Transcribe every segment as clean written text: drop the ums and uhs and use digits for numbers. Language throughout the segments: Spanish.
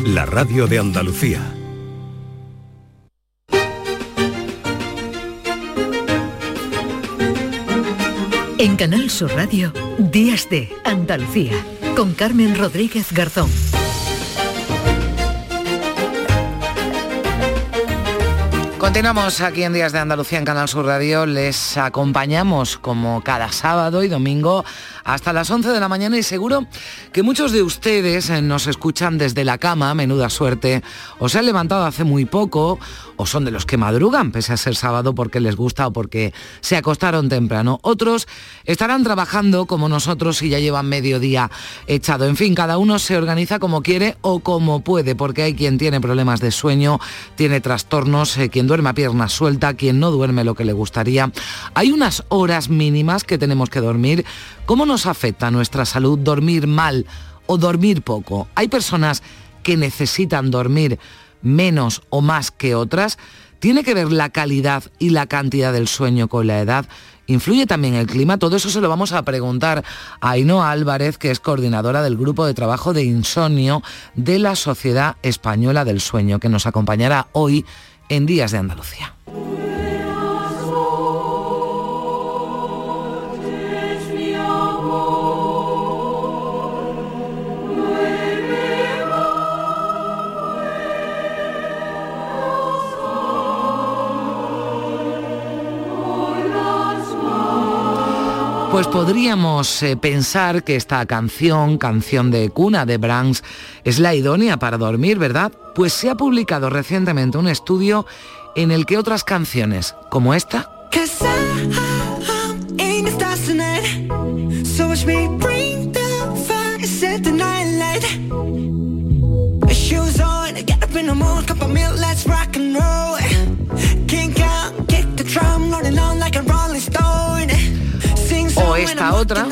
la radio de Andalucía. En Canal Sur Radio, Días de Andalucía, con Carmen Rodríguez Garzón. Continuamos aquí en Días de Andalucía en Canal Sur Radio. Les acompañamos como cada sábado y domingo hasta las 11 de la mañana y seguro que muchos de ustedes nos escuchan desde la cama, menuda suerte, o se han levantado hace muy poco, o son de los que madrugan pese a ser sábado porque les gusta o porque se acostaron temprano. Otros estarán trabajando como nosotros y ya llevan mediodía echado. En fin, cada uno se organiza como quiere o como puede, porque hay quien tiene problemas de sueño, tiene trastornos, quien duerme a pierna suelta, quien no duerme lo que le gustaría. Hay unas horas mínimas que tenemos que dormir. ¿Cómo nos afecta a nuestra salud dormir mal o dormir poco? Hay personas que necesitan dormir menos o más que otras. ¿Tiene que ver la calidad y la cantidad del sueño con la edad? ¿Influye también el clima? Todo eso se lo vamos a preguntar a Ainhoa Álvarez, que es coordinadora del Grupo de Trabajo de Insomnio de la Sociedad Española del Sueño, que nos acompañará hoy en Días de Andalucía. Pues podríamos pensar que esta canción de cuna de Brahms, es la idónea para dormir, ¿verdad? Pues se ha publicado recientemente un estudio en el que otras canciones, como esta, o esta otra,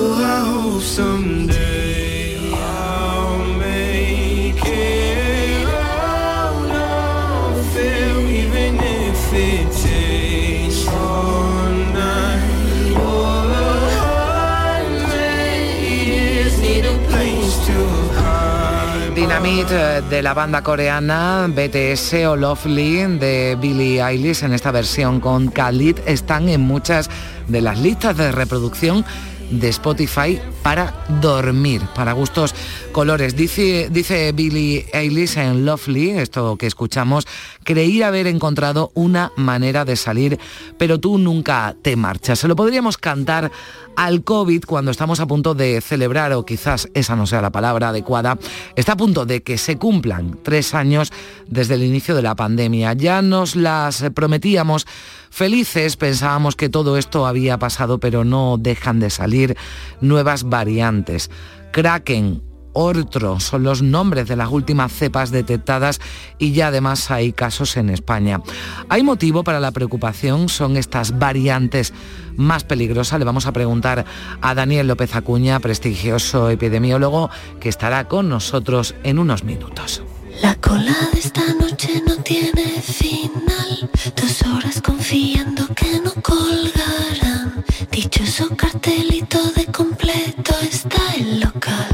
Dynamite de la banda coreana BTS o Lovely de Billie Eilish en esta versión con Khalid están en muchas de las listas de reproducción de Spotify para dormir, para gustos colores. Dice Billie Eilish en Lovely, esto que escuchamos, creí haber encontrado una manera de salir, pero tú nunca te marchas. Se lo podríamos cantar al COVID cuando estamos a punto de celebrar, o quizás esa no sea la palabra adecuada, está a punto de que se cumplan 3 años desde el inicio de la pandemia. Ya nos las prometíamos felices, pensábamos que todo esto había pasado, pero no dejan de salir nuevas variantes. Kraken, Otro son los nombres de las últimas cepas detectadas y ya además hay casos en España. ¿Hay motivo para la preocupación? ¿Son estas variantes más peligrosas? Le vamos a preguntar a Daniel López Acuña, prestigioso epidemiólogo, que estará con nosotros en unos minutos. La cola de esta noche no tiene final, 2 horas confiando que no colgarán. Dichoso cartelito de completo está el local.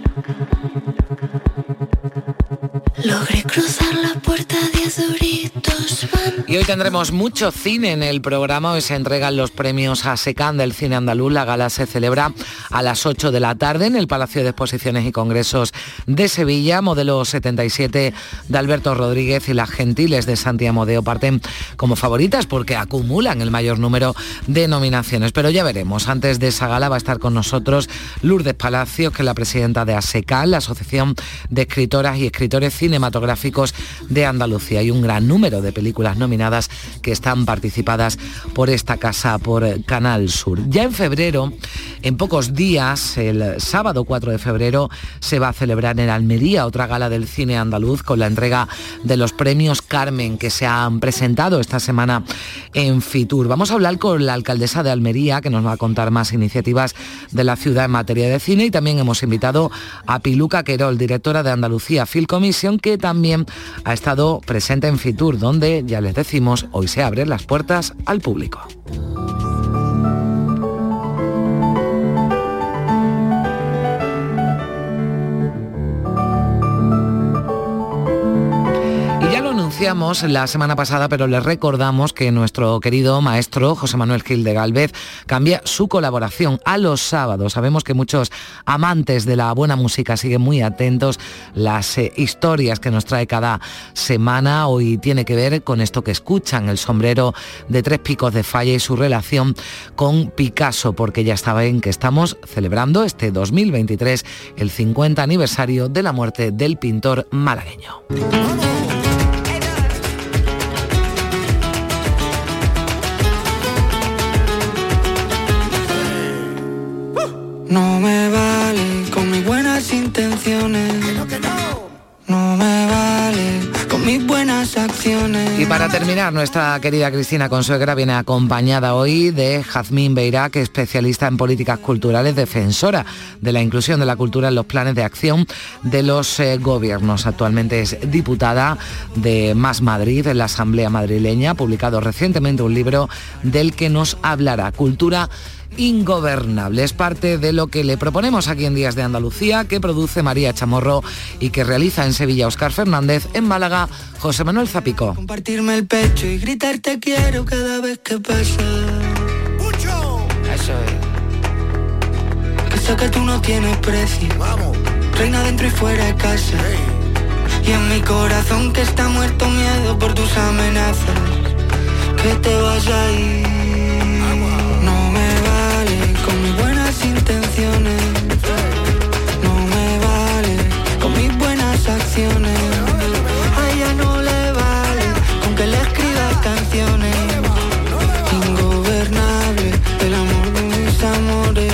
Logré cruzar la puerta, 10 duritos van. Y hoy tendremos mucho cine en el programa. Hoy se entregan los premios a SECAN del cine andaluz. La gala se celebra a las 8 de la tarde en el Palacio de Exposiciones y Congresos de Sevilla. Modelo 77 de Alberto Rodríguez y Las Gentiles de Santi Amodeo parten como favoritas porque acumulan el mayor número de nominaciones. Pero ya veremos. Antes de esa gala va a estar con nosotros Lourdes Palacios, que es la presidenta de ASECAN, la Asociación de Escritoras y Escritores Cinematográficos de Andalucía. Hay un gran número de películas nominadas que están participadas por esta casa, por Canal Sur. Ya en febrero, en pocos días, el sábado 4 de febrero, se va a celebrar en Almería otra gala del cine andaluz con la entrega de los premios Carmen que se han presentado esta semana en Fitur. Vamos a hablar con la alcaldesa de Almería, que nos va a contar más iniciativas de la ciudad en materia de cine, y también hemos invitado a Piluca Querol, directora de Andalucía Film Commission, que también ha estado presente en Fitur, donde, ya les decimos, hoy se abren las puertas al público. anunciamos la semana pasada, pero les recordamos que nuestro querido maestro José Manuel Gil de Gálvez cambia su colaboración a los sábados. Sabemos que muchos amantes de la buena música siguen muy atentos las historias que nos trae cada semana. Hoy tiene que ver con esto que escuchan, el sombrero de Tres Picos de Falla y su relación con Picasso, porque ya saben que estamos celebrando este 2023 el 50 aniversario de la muerte del pintor malagueño. No me vale con mis buenas intenciones. No me vale con mis buenas acciones. Y para terminar, nuestra querida Cristina Consuegra viene acompañada hoy de Jazmín Beirac, especialista en políticas culturales, defensora de la inclusión de la cultura en los planes de acción de los gobiernos. Actualmente es diputada de Más Madrid en la Asamblea Madrileña. Ha publicado recientemente un libro del que nos hablará, Cultura Ingobernable. Es parte de lo que le proponemos aquí en Días de Andalucía, que produce María Chamorro y que realiza en Sevilla Óscar Fernández, en Málaga José Manuel Zapico. Compartirme el pecho y gritar te quiero cada vez que pasa. ¡Mucho! Eso es. Que sé que tú no tienes precio. Vamos. Reina dentro y fuera de casa. Hey. Y en mi corazón que está muerto miedo por tus amenazas. Que te vas a ir. No me vale con mis buenas intenciones. No me vale con mis buenas acciones. A ella no le vale con que le escribas canciones. Ingobernable el amor de mis amores.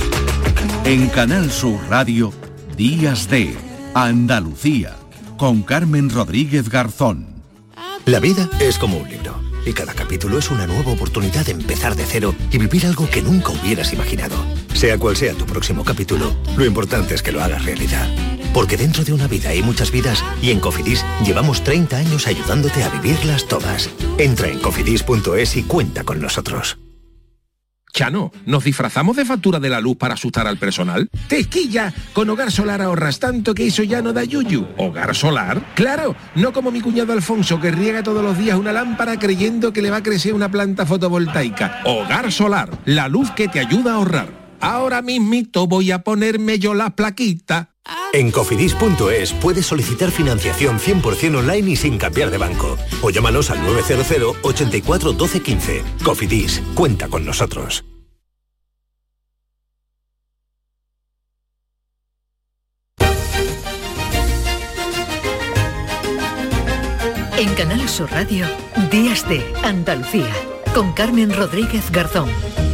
En Canal Sur Radio, Días de Andalucía, con Carmen Rodríguez Garzón. La vida es como un libro y cada capítulo es una nueva oportunidad de empezar de cero y vivir algo que nunca hubieras imaginado. Sea cual sea tu próximo capítulo, lo importante es que lo hagas realidad. Porque dentro de una vida hay muchas vidas y en Cofidis llevamos 30 años ayudándote a vivirlas todas. Entra en cofidis.es y cuenta con nosotros. Chano, ¿nos disfrazamos de factura de la luz para asustar al personal? ¡Tequilla! Con Hogar Solar ahorras tanto que eso ya no da yuyu. ¿Hogar Solar? ¡Claro! No como mi cuñado Alfonso, que riega todos los días una lámpara creyendo que le va a crecer una planta fotovoltaica. Hogar Solar, la luz que te ayuda a ahorrar. Ahora mismito voy a ponerme yo la plaquita. En cofidis.es puedes solicitar financiación 100% online y sin cambiar de banco. O llámanos al 900 84 12 15. Cofidis, cuenta con nosotros. En Canal Sur Radio, Días de Andalucía, con Carmen Rodríguez Garzón.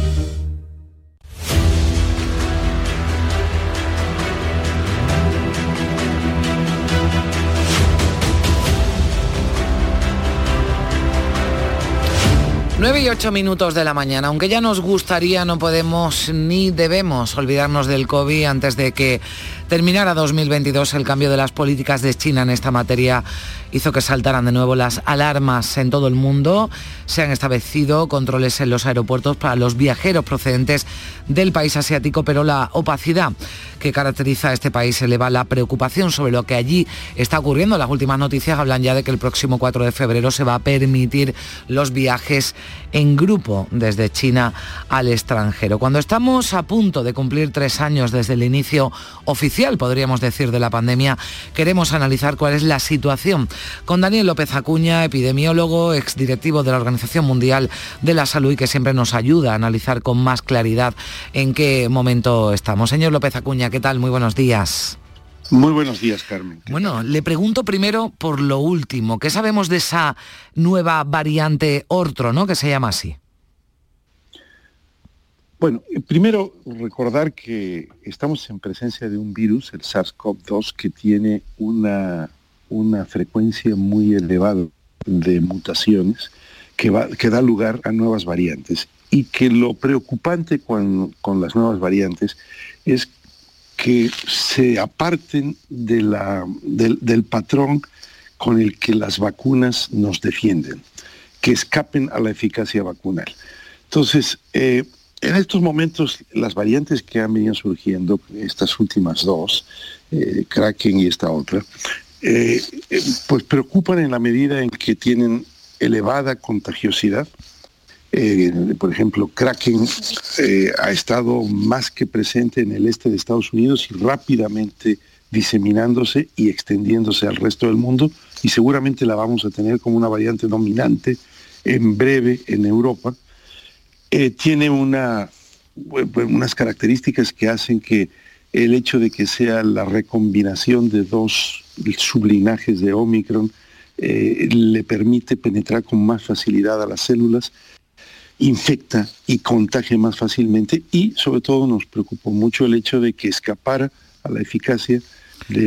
Nueve y 8 minutos de la mañana. Aunque ya nos gustaría, no podemos ni debemos olvidarnos del COVID antes de que terminara 2022. El cambio de las políticas de China en esta materia hizo que saltaran de nuevo las alarmas en todo el mundo. Se han establecido controles en los aeropuertos para los viajeros procedentes del país asiático, pero la opacidad que caracteriza a este país eleva la preocupación sobre lo que allí está ocurriendo. Las últimas noticias hablan ya de que el próximo 4 de febrero se va a permitir los viajes en grupo desde China al extranjero. Cuando estamos a punto de cumplir 3 años desde el inicio oficial, podríamos decir, de la pandemia, queremos analizar cuál es la situación con Daniel López Acuña, epidemiólogo, exdirectivo de la Organización Mundial de la Salud y que siempre nos ayuda a analizar con más claridad en qué momento estamos. Señor López Acuña, ¿qué tal? Muy buenos días. Muy buenos días, Carmen. Bueno, le pregunto primero por lo último. ¿Qué sabemos de esa nueva variante Ortro, ¿no?, que se llama así? Bueno, primero recordar que estamos en presencia de un virus, el SARS-CoV-2, que tiene una frecuencia muy elevada de mutaciones que da lugar a nuevas variantes. Y que lo preocupante con las nuevas variantes es que se aparten del patrón con el que las vacunas nos defienden, que escapen a la eficacia vacunal. Entonces, en estos momentos, las variantes que han venido surgiendo, estas últimas dos, Kraken y esta otra, pues preocupan en la medida en que tienen elevada contagiosidad. Por ejemplo, Kraken ha estado más que presente en el este de Estados Unidos y rápidamente diseminándose y extendiéndose al resto del mundo, y seguramente la vamos a tener como una variante dominante en breve en Europa. Tiene unas características que hacen que el hecho de que sea la recombinación de dos sublinajes de Omicron le permite penetrar con más facilidad a las células, infecta y contagia más fácilmente, y sobre todo nos preocupó mucho el hecho de que escapara a la eficacia de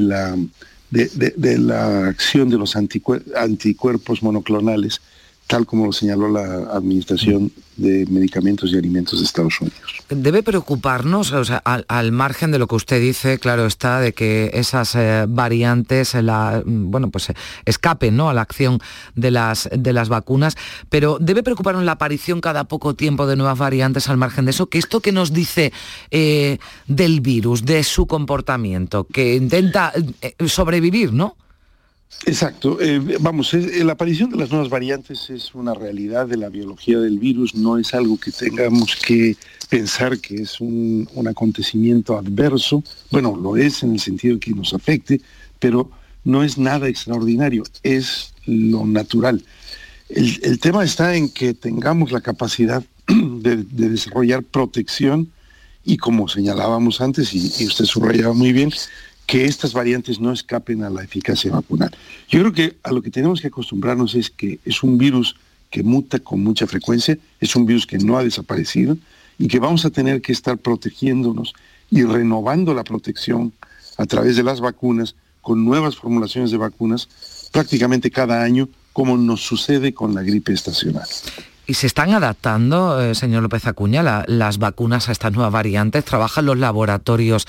la acción de los anticuerpos monoclonales, tal como lo señaló la Administración de Medicamentos y Alimentos de Estados Unidos. Debe preocuparnos, o sea, al margen de lo que usted dice, claro está, de que esas variantes escapen, ¿no?, a la acción de las vacunas, pero debe preocuparnos la aparición cada poco tiempo de nuevas variantes al margen de eso, que esto que nos dice del virus, de su comportamiento, que intenta sobrevivir, ¿no? Exacto. La aparición de las nuevas variantes es una realidad de la biología del virus, no es algo que tengamos que pensar que es un acontecimiento adverso. Bueno, lo es en el sentido que nos afecte, pero no es nada extraordinario, es lo natural. El tema está en que tengamos la capacidad de desarrollar protección y, como señalábamos antes, y usted subrayaba muy bien, que estas variantes no escapen a la eficacia vacunal. Yo creo que a lo que tenemos que acostumbrarnos es que es un virus que muta con mucha frecuencia, es un virus que no ha desaparecido y que vamos a tener que estar protegiéndonos y renovando la protección a través de las vacunas, con nuevas formulaciones de vacunas, prácticamente cada año, como nos sucede con la gripe estacional. ¿Y se están adaptando, señor López Acuña, las vacunas a estas nuevas variantes? ¿Trabajan los laboratorios,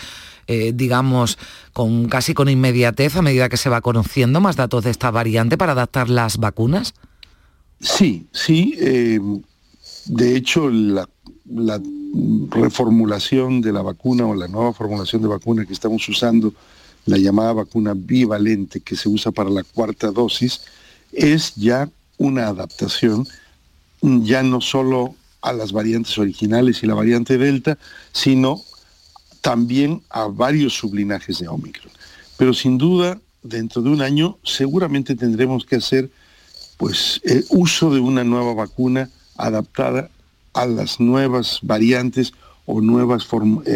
casi con inmediatez a medida que se va conociendo más datos de esta variante para adaptar las vacunas? Sí. De hecho, la reformulación de la vacuna o la nueva formulación de vacuna que estamos usando, la llamada vacuna bivalente que se usa para la cuarta dosis, es ya una adaptación ya no solo a las variantes originales y la variante Delta, sino también a varios sublinajes de Omicron. Pero sin duda, dentro de un año, seguramente tendremos que hacer el uso de una nueva vacuna adaptada a las nuevas variantes o nuevas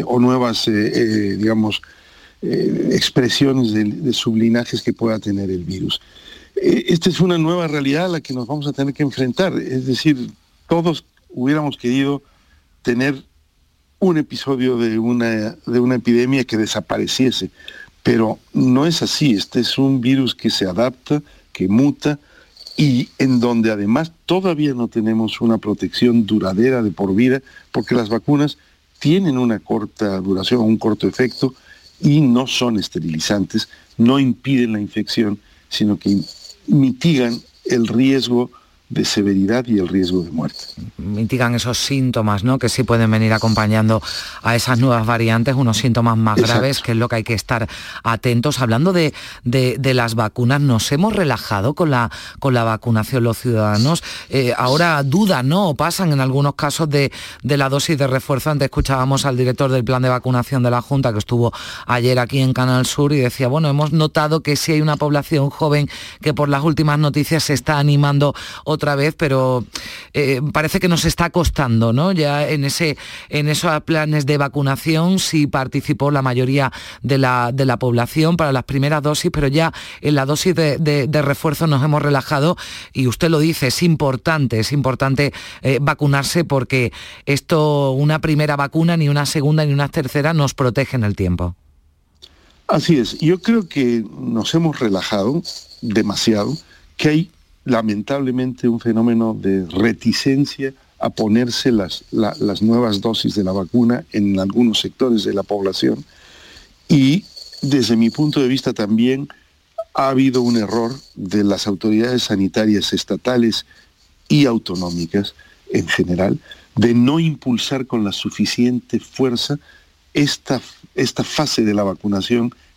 expresiones de sublinajes que pueda tener el virus. Esta es una nueva realidad a la que nos vamos a tener que enfrentar. Es decir, todos hubiéramos querido tener un episodio de una epidemia que desapareciese, pero no es así. Este es un virus que se adapta, que muta, y en donde además todavía no tenemos una protección duradera de por vida, porque las vacunas tienen una corta duración, un corto efecto, y no son esterilizantes, no impiden la infección, sino que mitigan el riesgo de severidad y el riesgo de muerte. Mitigan esos síntomas, ¿no?, que sí pueden venir acompañando a esas nuevas variantes, unos síntomas más graves, que es lo que hay que estar atentos. Hablando de las vacunas, ¿nos hemos relajado con la vacunación los ciudadanos? Ahora dudan, ¿no?, o pasan en algunos casos de la dosis de refuerzo. Antes escuchábamos al director del plan de vacunación de la Junta, que estuvo ayer aquí en Canal Sur, y decía, hemos notado que sí hay una población joven que por las últimas noticias se está animando otra vez, pero parece que nos está costando, ¿no? Ya en esos planes de vacunación sí participó la mayoría de la población para las primeras dosis, pero ya en la dosis de refuerzo nos hemos relajado, y usted lo dice, es importante vacunarse, porque una primera vacuna, ni una segunda ni una tercera, nos protege en el tiempo. Así es, yo creo que nos hemos relajado demasiado, que hay lamentablemente un fenómeno de reticencia a ponerse las nuevas dosis de la vacuna en algunos sectores de la población, y desde mi punto de vista también ha habido un error de las autoridades sanitarias estatales y autonómicas en general de no impulsar con la suficiente fuerza esta fase de la vacunación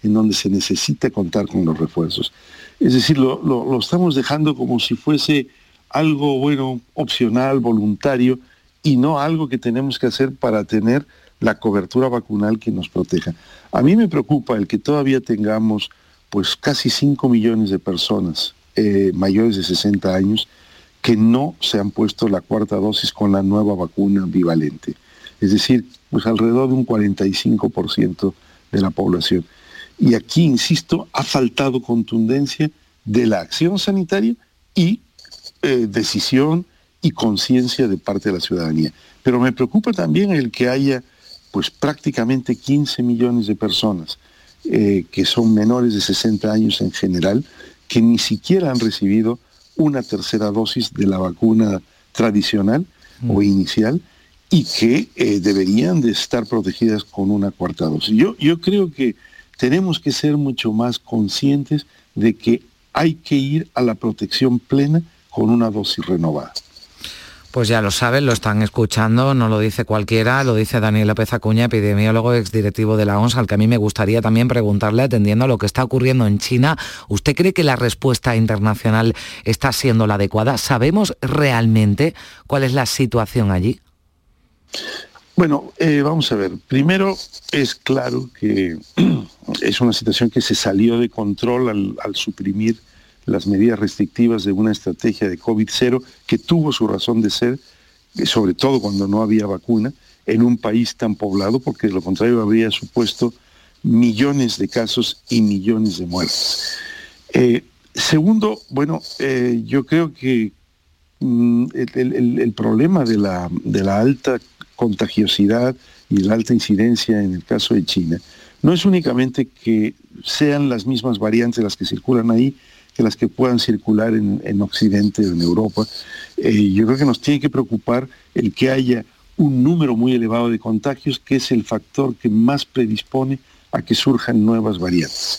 en donde se necesita contar con los refuerzos. Es decir, lo estamos dejando como si fuese algo, bueno, opcional, voluntario, y no algo que tenemos que hacer para tener la cobertura vacunal que nos proteja. A mí me preocupa el que todavía tengamos pues casi 5 millones de personas mayores de 60 años que no se han puesto la cuarta dosis con la nueva vacuna bivalente. Es decir, pues alrededor de un 45% de la población. Y aquí, insisto, ha faltado contundencia de la acción sanitaria y decisión y conciencia de parte de la ciudadanía. Pero me preocupa también el que haya pues prácticamente 15 millones de personas que son menores de 60 años en general, que ni siquiera han recibido una tercera dosis de la vacuna tradicional o inicial y que deberían de estar protegidas con una cuarta dosis. Yo creo que tenemos que ser mucho más conscientes de que hay que ir a la protección plena con una dosis renovada. Pues ya lo saben, lo están escuchando, no lo dice cualquiera, lo dice Daniel López Acuña, epidemiólogo, exdirectivo de la OMS, al que a mí me gustaría también preguntarle, atendiendo a lo que está ocurriendo en China, ¿usted cree que la respuesta internacional está siendo la adecuada? ¿Sabemos realmente cuál es la situación allí? Bueno, vamos a ver. Primero, es claro que es una situación que se salió de control al suprimir las medidas restrictivas de una estrategia de COVID-0 que tuvo su razón de ser, sobre todo cuando no había vacuna, en un país tan poblado, porque de lo contrario habría supuesto millones de casos y millones de muertes. Segundo, bueno, yo creo que el problema de la alta contagiosidad y la alta incidencia en el caso de China no es únicamente que sean las mismas variantes las que circulan ahí, que las que puedan circular en Occidente o en Europa. Yo creo que nos tiene que preocupar el que haya un número muy elevado de contagios, que es el factor que más predispone a que surjan nuevas variantes.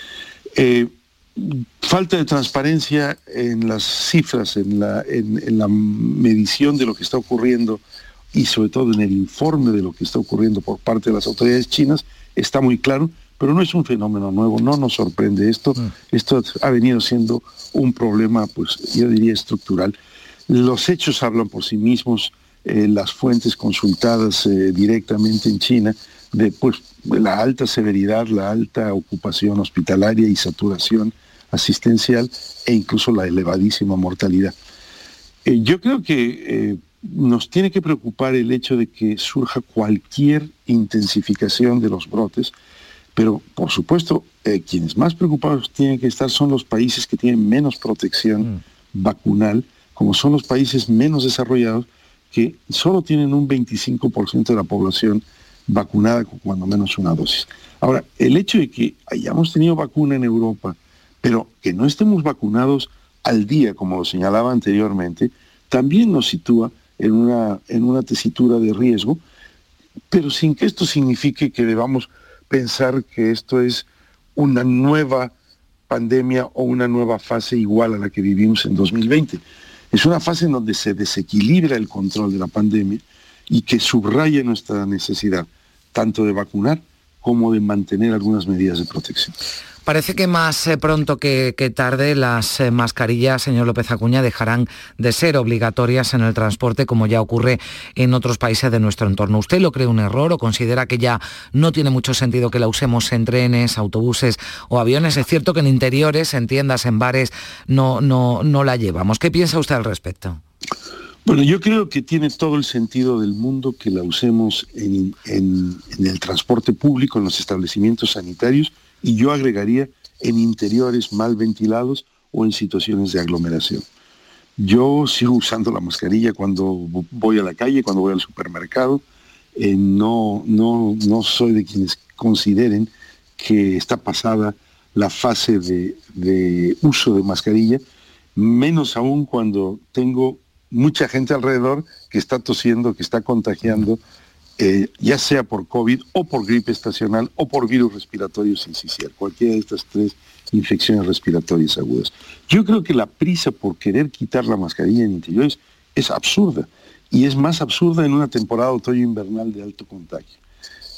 Falta de transparencia en las cifras, en la medición de lo que está ocurriendo y sobre todo en el informe de lo que está ocurriendo por parte de las autoridades chinas, está muy claro, pero no es un fenómeno nuevo, no nos sorprende esto. Esto ha venido siendo un problema, pues yo diría, estructural. Los hechos hablan por sí mismos, las fuentes consultadas directamente en China, de pues la alta severidad, la alta ocupación hospitalaria y saturación asistencial e incluso la elevadísima mortalidad. Yo creo que nos tiene que preocupar el hecho de que surja cualquier intensificación de los brotes, pero por supuesto quienes más preocupados tienen que estar son los países que tienen menos protección vacunal, como son los países menos desarrollados, que solo tienen un 25% de la población vacunada con cuando menos una dosis. Ahora, el hecho de que hayamos tenido vacuna en Europa, pero que no estemos vacunados al día, como lo señalaba anteriormente, también nos sitúa en una tesitura de riesgo, pero sin que esto signifique que debamos pensar que esto es una nueva pandemia o una nueva fase igual a la que vivimos en 2020. Es una fase en donde se desequilibra el control de la pandemia y que subraya nuestra necesidad tanto de vacunar como de mantener algunas medidas de protección. Parece que más pronto que tarde las mascarillas, señor López Acuña, dejarán de ser obligatorias en el transporte, como ya ocurre en otros países de nuestro entorno. ¿Usted lo cree un error o considera que ya no tiene mucho sentido que la usemos en trenes, autobuses o aviones? Es cierto que en interiores, en tiendas, en bares, no la llevamos. ¿Qué piensa usted al respecto? Bueno, yo creo que tiene todo el sentido del mundo que la usemos en el transporte público, en los establecimientos sanitarios, y yo agregaría en interiores mal ventilados o en situaciones de aglomeración. Yo sigo usando la mascarilla cuando voy a la calle, cuando voy al supermercado. No soy de quienes consideren que está pasada la fase de uso de mascarilla, menos aún cuando tengo mucha gente alrededor que está tosiendo, que está contagiando, ya sea por COVID o por gripe estacional o por virus respiratorio sincicial, cualquiera de estas tres infecciones respiratorias agudas. Yo creo que la prisa por querer quitar la mascarilla en interiores es absurda, y es más absurda en una temporada otoño-invernal de alto contagio.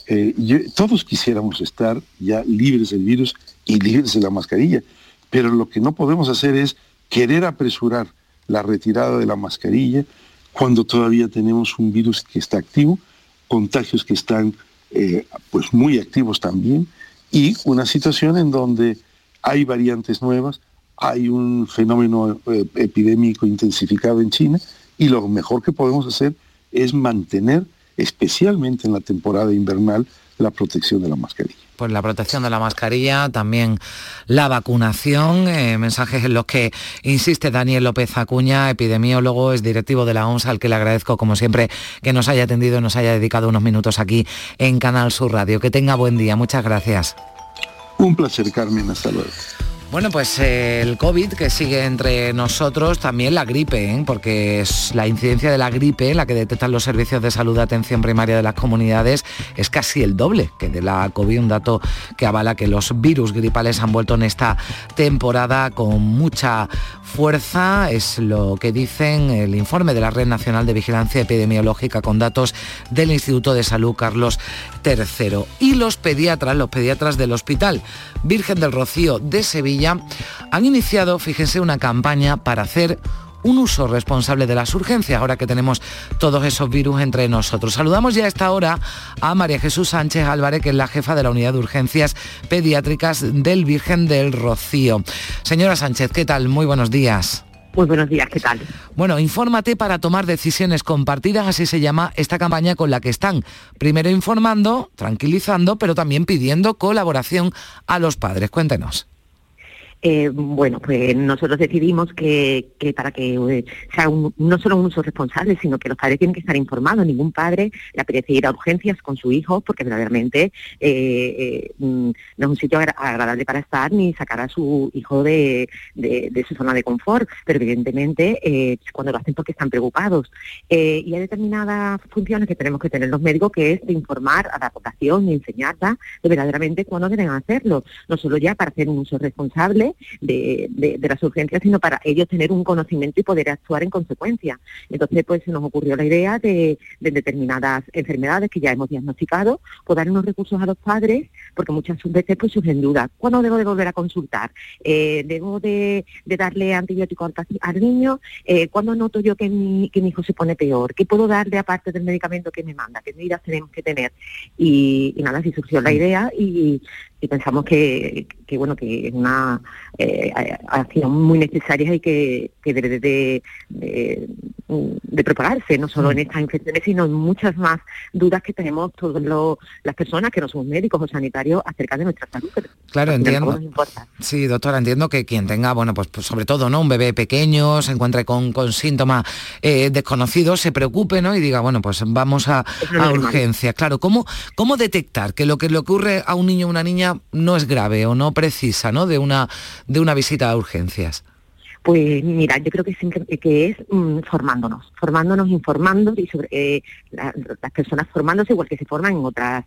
Todos quisiéramos estar ya libres del virus y libres de la mascarilla, pero lo que no podemos hacer es querer apresurar la retirada de la mascarilla cuando todavía tenemos un virus que está activo, contagios que están pues muy activos también, y una situación en donde hay variantes nuevas, hay un fenómeno epidémico intensificado en China, y lo mejor que podemos hacer es mantener, especialmente en la temporada invernal, la protección de la mascarilla. Pues la protección de la mascarilla, también la vacunación, mensajes en los que insiste Daniel López Acuña, epidemiólogo, es directivo de la OMS, al que le agradezco como siempre que nos haya atendido y nos haya dedicado unos minutos aquí en Canal Sur Radio. Que tenga buen día, muchas gracias. Un placer, Carmen, hasta luego. Bueno, pues el COVID que sigue entre nosotros, también la gripe, porque es la incidencia de la gripe, la que detectan los servicios de salud de atención primaria de las comunidades, es casi el doble que de la COVID, un dato que avala que los virus gripales han vuelto en esta temporada con mucha fuerza, es lo que dicen el informe de la Red Nacional de Vigilancia Epidemiológica con datos del Instituto de Salud Carlos III. Y los pediatras del Hospital Virgen del Rocío de Sevilla han iniciado, fíjense, una campaña para hacer un uso responsable de las urgencias, ahora que tenemos todos esos virus entre nosotros. Saludamos ya a esta hora a María Jesús Sánchez Álvarez, que es la jefa de la Unidad de Urgencias Pediátricas del Virgen del Rocío. Señora Sánchez, ¿qué tal? Muy buenos días. Muy buenos días, ¿qué tal? Bueno, infórmate para tomar decisiones compartidas, así se llama esta campaña con la que están primero informando, tranquilizando, pero también pidiendo colaboración a los padres. Cuéntenos. Bueno, pues nosotros decidimos que para que sea no solo un uso responsable, sino que los padres tienen que estar informados. Ningún padre le apetece ir a urgencias con su hijo, porque verdaderamente no es un sitio agradable para estar, ni sacar a su hijo de su zona de confort, pero evidentemente cuando lo hacen porque están preocupados. Y hay determinadas funciones que tenemos que tener los médicos, que es de informar a la población y enseñarla de verdaderamente cuándo deben hacerlo, no solo ya para hacer un uso responsable de las urgencias, sino para ellos tener un conocimiento y poder actuar en consecuencia. Entonces, pues se nos ocurrió la idea de determinadas enfermedades que ya hemos diagnosticado, pues dar unos recursos a los padres, porque muchas veces pues surgen dudas. ¿Cuándo debo de volver a consultar? ¿Debo de darle antibiótico al niño? ¿Cuándo noto yo que mi hijo se pone peor? ¿Qué puedo darle aparte del medicamento que me manda? ¿Qué medidas tenemos que tener? Y nada, así surgió la idea y pensamos que bueno, que es una acción muy necesaria y que debe de propagarse, no solo en estas infecciones, sino en muchas más dudas que tenemos todas las personas que no somos médicos o sanitarios acerca de nuestra salud. Claro, entiendo. Sí, doctora, entiendo que quien tenga, bueno, pues sobre todo, ¿no?, un bebé pequeño, se encuentre con síntomas desconocidos, se preocupe, ¿no?, y diga, bueno, pues vamos a urgencias. Claro, ¿cómo detectar que lo que le ocurre a un niño o una niña no es grave o no precisa, ¿no?, de una visita a urgencias? Pues mira, yo creo que es formándonos, informando y sobre las personas formándose igual que se forman en otras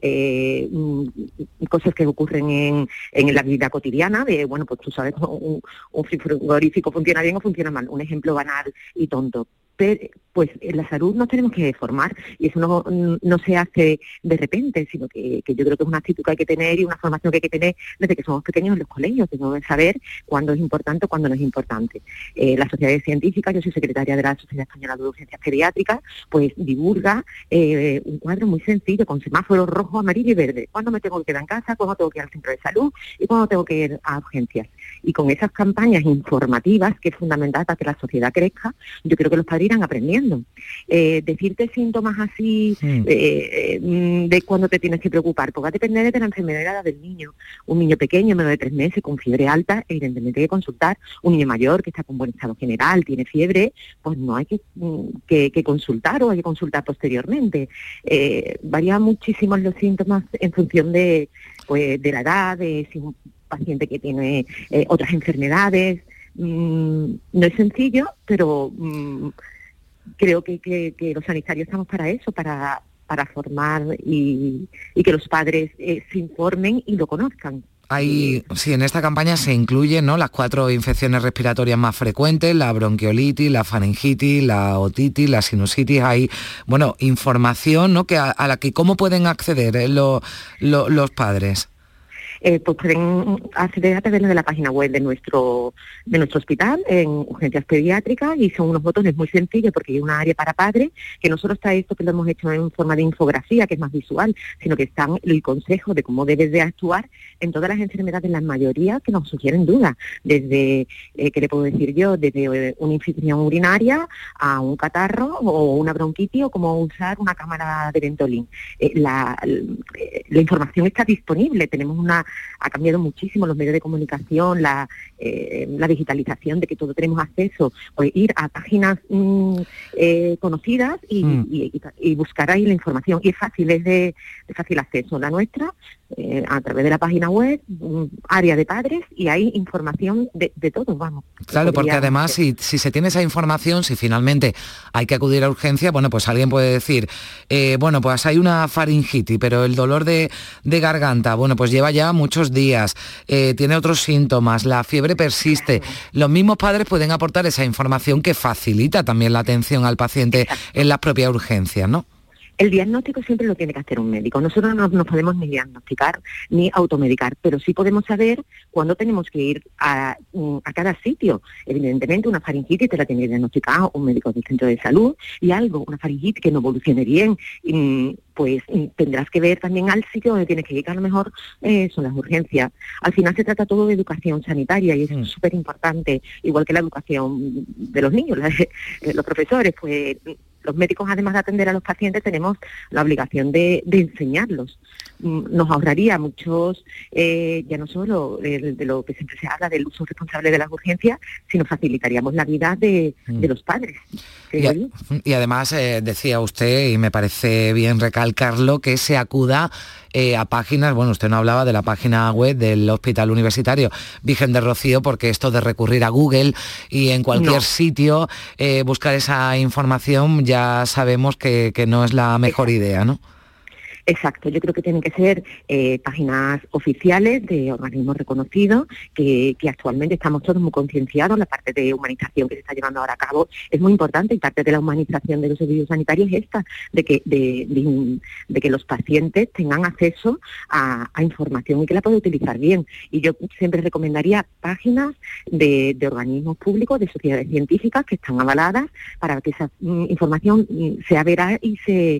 cosas que ocurren en la vida cotidiana, de bueno, pues tú sabes, un frigorífico funciona bien o funciona mal, un ejemplo banal y tonto. Pues en la salud nos tenemos que formar y eso no se hace de repente, sino que yo creo que es una actitud que hay que tener y una formación que hay que tener desde que somos pequeños en los colegios, tenemos que saber cuándo es importante o cuándo no es importante. Las sociedades científicas, yo soy secretaria de la Sociedad Española de Urgencias Pediátricas, pues divulga un cuadro muy sencillo con semáforos rojo, amarillo y verde. ¿Cuándo me tengo que quedar en casa? ¿Cuándo tengo que ir al centro de salud? ¿Y cuándo tengo que ir a urgencias? Y con esas campañas informativas, que es fundamental para que la sociedad crezca, yo creo que los padres irán aprendiendo. Decirte síntomas así de cuándo te tienes que preocupar, pues va a depender de la enfermedad del niño. Un niño pequeño, menos de 3 meses, con fiebre alta, evidentemente hay que consultar. Un niño mayor que está con buen estado general, tiene fiebre, pues no hay que consultar o hay que consultar posteriormente. Varían muchísimo los síntomas en función de la edad, de si un paciente que tiene otras enfermedades. No es sencillo, pero creo que los sanitarios estamos para eso, para formar y que los padres se informen y lo conozcan. Ahí, sí, en esta campaña se incluyen, ¿no?, las 4 infecciones respiratorias más frecuentes, la bronquiolitis, la faringitis, la otitis, la sinusitis. Hay, bueno, información, ¿no?, que a la que cómo pueden acceder los padres. Pues pueden acceder a través de la página web de nuestro hospital en urgencias pediátricas, y son unos botones muy sencillos porque hay una área para padres, que no solo está esto que lo hemos hecho en forma de infografía, que es más visual, sino que están el consejo de cómo debes de actuar en todas las enfermedades, la mayoría que nos sugieren dudas, desde, ¿qué le puedo decir yo?, desde una infección urinaria a un catarro o una bronquitis, o cómo usar una cámara de Ventolin. La información está disponible, ha cambiado muchísimo los medios de comunicación, la digitalización, de que todos tenemos acceso, pues ir a páginas conocidas y buscar ahí la información. Y es fácil, es de fácil acceso. La nuestra, a través de la página web, área de padres, y hay información de todo, vamos. Claro, porque además si se tiene esa información, si finalmente hay que acudir a urgencia, bueno, pues alguien puede decir, bueno, pues hay una faringitis, pero el dolor de garganta, bueno, pues lleva ya muchos días, tiene otros síntomas, la fiebre persiste. Los mismos padres pueden aportar esa información que facilita también la atención al paciente en las propias urgencias, ¿no? El diagnóstico siempre lo tiene que hacer un médico. Nosotros no nos podemos ni diagnosticar ni automedicar, pero sí podemos saber cuándo tenemos que ir a cada sitio. Evidentemente, una faringitis te la tiene que diagnosticar un médico del centro de salud, y una faringitis que no evolucione bien, pues tendrás que ver también al sitio donde tienes que ir, que a lo mejor son las urgencias. Al final se trata todo de educación sanitaria, y eso es súper importante, igual que la educación de los niños, los profesores, pues los médicos, además de atender a los pacientes, tenemos la obligación de enseñarlos. Nos ahorraría muchos, ya no solo de lo que siempre se habla del uso responsable de las urgencias, sino facilitaríamos la vida de los padres. Y además, decía usted, y me parece bien recalcarlo, que se acuda a páginas, bueno, usted no hablaba de la página web del Hospital Universitario Virgen del Rocío, porque esto de recurrir a Google y en cualquier sitio buscar esa información, ya sabemos que no es la mejor idea, ¿no? Exacto, yo creo que tienen que ser páginas oficiales de organismos reconocidos, que actualmente estamos todos muy concienciados. La parte de humanización que se está llevando ahora a cabo es muy importante, y parte de la humanización de los servicios sanitarios es esta, de que los pacientes tengan acceso a información y que la puedan utilizar bien. Y yo siempre recomendaría páginas de organismos públicos, de sociedades científicas que están avaladas, para que esa información sea veraz y se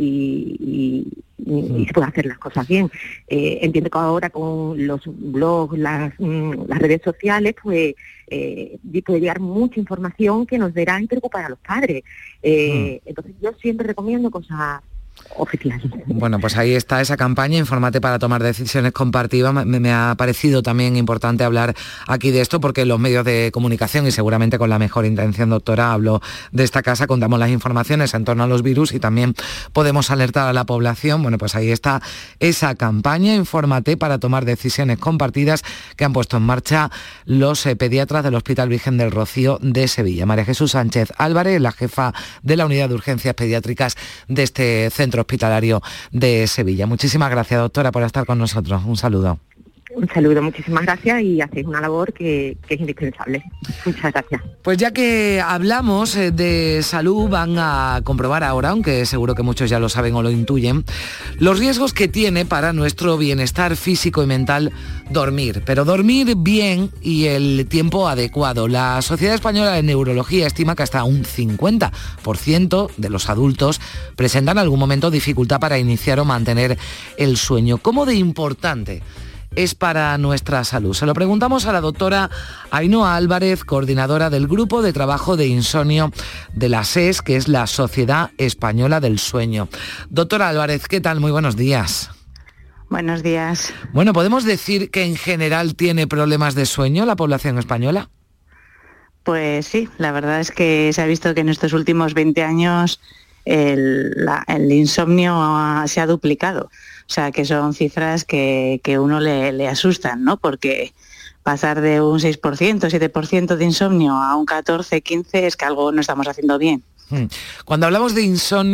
pueda hacer las cosas bien. Entiendo que ahora con los blogs, las redes sociales, pues puede llegar mucha información que nos verá y preocupar a los padres. Entonces yo siempre recomiendo cosas oficial. Bueno, pues ahí está esa campaña, Infórmate para tomar decisiones compartidas. Me ha parecido también importante hablar aquí de esto, porque los medios de comunicación, y seguramente con la mejor intención, doctora, hablo de esta casa, contamos las informaciones en torno a los virus y también podemos alertar a la población. Bueno, pues ahí está esa campaña, Infórmate para tomar decisiones compartidas, que han puesto en marcha los pediatras del Hospital Virgen del Rocío de Sevilla. María Jesús Sánchez Álvarez, la jefa de la Unidad de Urgencias Pediátricas de este Centro Hospitalario de Sevilla. Muchísimas gracias, doctora, por estar con nosotros. Un saludo. Un saludo, muchísimas gracias, y hacéis una labor que es indispensable. Muchas gracias. Pues ya que hablamos de salud, van a comprobar ahora, aunque seguro que muchos ya lo saben o lo intuyen, los riesgos que tiene para nuestro bienestar físico y mental dormir. Pero dormir bien y el tiempo adecuado. La Sociedad Española de Neurología estima que hasta un 50% de los adultos presentan en algún momento dificultad para iniciar o mantener el sueño. ¿Cómo de importante es para nuestra salud? Se lo preguntamos a la doctora Ainhoa Álvarez, coordinadora del Grupo de Trabajo de Insomnio de la SES, que es la Sociedad Española del Sueño. Doctora Álvarez, ¿qué tal? Muy buenos días. Buenos días. Bueno, ¿podemos decir que en general tiene problemas de sueño la población española? Pues sí, la verdad es que se ha visto que en estos últimos 20 años el insomnio se ha duplicado. O sea, que son cifras que uno le asustan, ¿no? Porque pasar de un 6%, 7% de insomnio a un 14, 15 es que algo no estamos haciendo bien. Cuando hablamos de insomnio,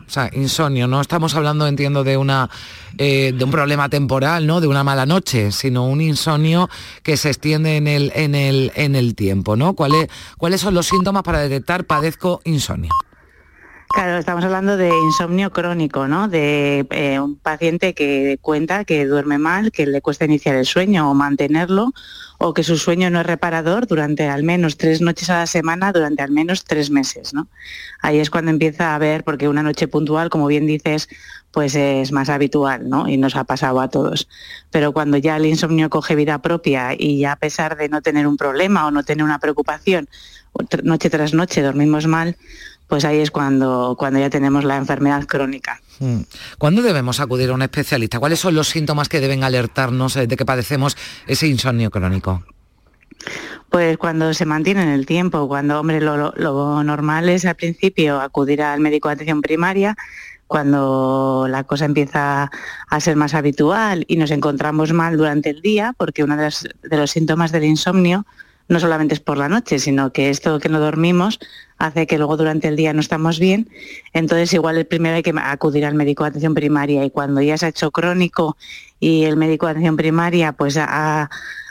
O sea, insomnio, no estamos hablando, entiendo, de un problema temporal, ¿no? De una mala noche, sino un insomnio que se extiende en el tiempo, ¿no? ¿Cuáles son los síntomas para detectar padezco insomnio? Claro, estamos hablando de insomnio crónico, ¿no? De un paciente que cuenta que duerme mal, que le cuesta iniciar el sueño o mantenerlo, o que su sueño no es reparador durante al menos 3 noches a la semana, durante al menos 3 meses, ¿no? Ahí es cuando empieza a ver, porque una noche puntual, como bien dices, pues es más habitual, ¿no? Y nos ha pasado a todos. Pero cuando ya el insomnio coge vida propia y ya a pesar de no tener un problema o no tener una preocupación, noche tras noche dormimos mal, pues ahí es cuando ya tenemos la enfermedad crónica. ¿Cuándo debemos acudir a un especialista? ¿Cuáles son los síntomas que deben alertarnos de que padecemos ese insomnio crónico? Pues cuando se mantiene en el tiempo, cuando, hombre, lo normal es al principio acudir al médico de atención primaria, cuando la cosa empieza a ser más habitual y nos encontramos mal durante el día, porque uno de los síntomas del insomnio no solamente es por la noche, sino que esto que no dormimos hace que luego durante el día no estamos bien. Entonces igual el primero hay que acudir al médico de atención primaria, y cuando ya se ha hecho crónico y el médico de atención primaria pues ha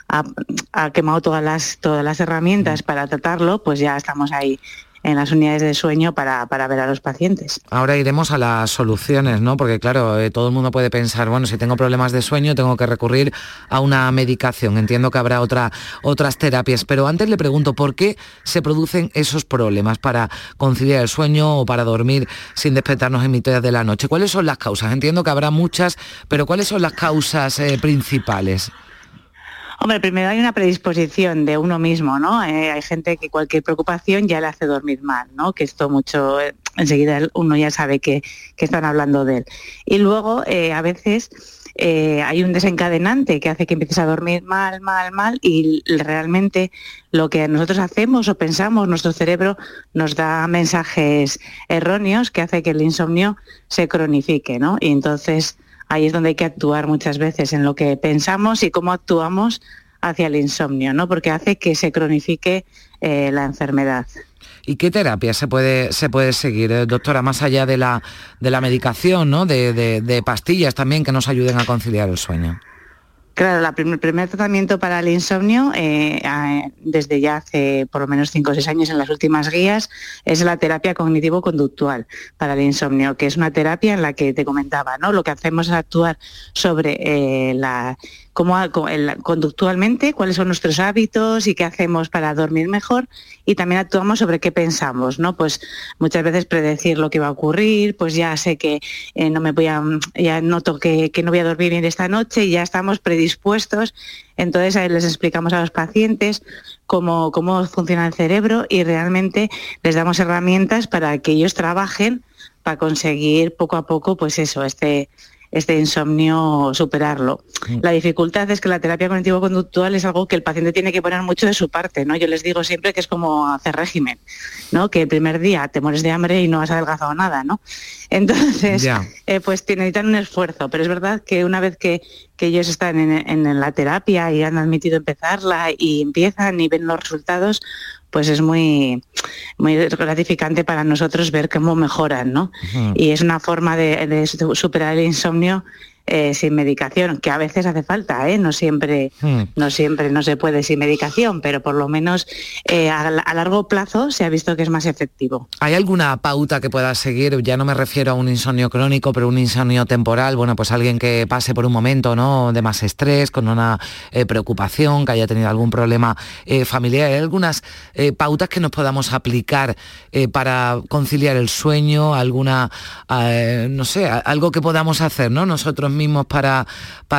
quemado todas las herramientas para tratarlo, pues ya estamos ahí en las unidades de sueño para ver a los pacientes. Ahora iremos a las soluciones, ¿no? Porque claro, todo el mundo puede pensar, bueno, si tengo problemas de sueño tengo que recurrir a una medicación. Entiendo que habrá otras terapias, pero antes le pregunto, ¿por qué se producen esos problemas para conciliar el sueño o para dormir sin despertarnos en mitad de la noche? ¿Cuáles son las causas? Entiendo que habrá muchas, pero ¿cuáles son las causas principales? Hombre, primero hay una predisposición de uno mismo, ¿no? Hay gente que cualquier preocupación ya le hace dormir mal, ¿no? Que esto mucho, enseguida uno ya sabe que están hablando de él. Y luego, a veces, hay un desencadenante que hace que empieces a dormir mal, y realmente lo que nosotros hacemos o pensamos, nuestro cerebro nos da mensajes erróneos que hace que el insomnio se cronifique, ¿no? Y entonces ahí es donde hay que actuar muchas veces en lo que pensamos y cómo actuamos hacia el insomnio, ¿no? Porque hace que se cronifique la enfermedad. ¿Y qué terapia se puede seguir, doctora, más allá de la medicación, ¿no? De pastillas también que nos ayuden a conciliar el sueño? Claro, el primer tratamiento para el insomnio, desde ya hace por lo menos 5 o 6 años en las últimas guías, es la terapia cognitivo-conductual para el insomnio, que es una terapia en la que te comentaba, ¿no? Lo que hacemos es actuar sobre conductualmente, cuáles son nuestros hábitos y qué hacemos para dormir mejor, y también actuamos sobre qué pensamos, ¿no? Pues muchas veces predecir lo que va a ocurrir, pues ya sé que ya noto que no voy a dormir bien esta noche y ya estamos predispuestos. Entonces ahí les explicamos a los pacientes cómo funciona el cerebro y realmente les damos herramientas para que ellos trabajen para conseguir poco a poco, pues eso, este insomnio, superarlo. La dificultad es que la terapia cognitivo-conductual es algo que el paciente tiene que poner mucho de su parte, ¿no? Yo les digo siempre que es como hacer régimen, ¿no? Que el primer día te mueres de hambre y no has adelgazado nada, ¿no? Entonces, pues necesitan un esfuerzo, pero es verdad que una vez que ellos están en la terapia y han admitido empezarla y empiezan y ven los resultados, pues es muy, muy gratificante para nosotros ver cómo mejoran, ¿no? Uh-huh. Y es una forma de superar el insomnio sin medicación, que a veces hace falta, no siempre no se puede sin medicación, pero por lo menos a largo plazo se ha visto que es más efectivo. ¿Hay alguna pauta que pueda seguir? Ya no me refiero a un insomnio crónico, pero un insomnio temporal, bueno, pues alguien que pase por un momento, ¿no?, de más estrés, con una preocupación, que haya tenido algún problema familiar. ¿Hay algunas pautas que nos podamos aplicar para conciliar el sueño? ¿Alguna, no sé, algo que podamos hacer, ¿no?, nosotros mismos para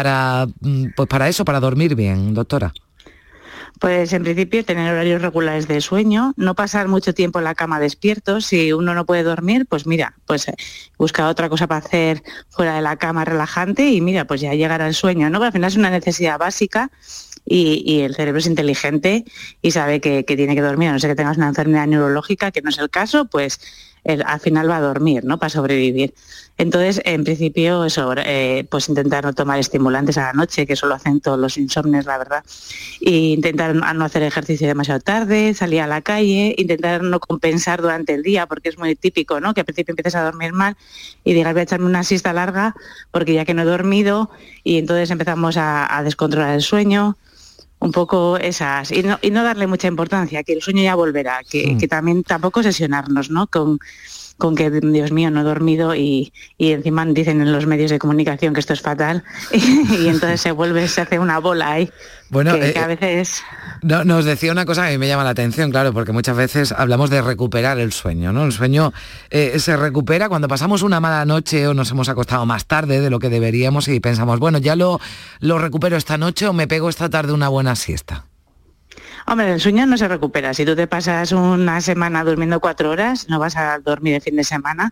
eso, para dormir bien, doctora? Pues en principio tener horarios regulares de sueño, no pasar mucho tiempo en la cama despierto. Si uno no puede dormir, pues mira, pues busca otra cosa para hacer fuera de la cama relajante y mira, pues ya llegará el sueño, ¿no? Pero al final es una necesidad básica y el cerebro es inteligente y sabe que tiene que dormir, a no ser que tengas una enfermedad neurológica, que no es el caso, pues al final va a dormir, ¿no? Para sobrevivir. Entonces, en principio, eso, pues intentar no tomar estimulantes a la noche, que eso lo hacen todos los insomnes, la verdad. Y intentar no hacer ejercicio demasiado tarde, salir a la calle, intentar no compensar durante el día, porque es muy típico, ¿no? Que al principio empieces a dormir mal y digas, voy a echarme una siesta larga, porque ya que no he dormido, y entonces empezamos a descontrolar el sueño. Un poco esas, y no darle mucha importancia, que el sueño ya volverá, que también tampoco obsesionarnos, ¿no? Con que, Dios mío, no he dormido y encima dicen en los medios de comunicación que esto es fatal y entonces se hace una bola ahí. Bueno, que a veces... No, nos decía una cosa que a mí me llama la atención, claro, porque muchas veces hablamos de recuperar el sueño, ¿no? El sueño se recupera cuando pasamos una mala noche o nos hemos acostado más tarde de lo que deberíamos y pensamos, bueno, ya lo recupero esta noche o me pego esta tarde una buena siesta. Hombre, el sueño no se recupera. Si tú te pasas una semana durmiendo 4 horas, no vas a dormir el fin de semana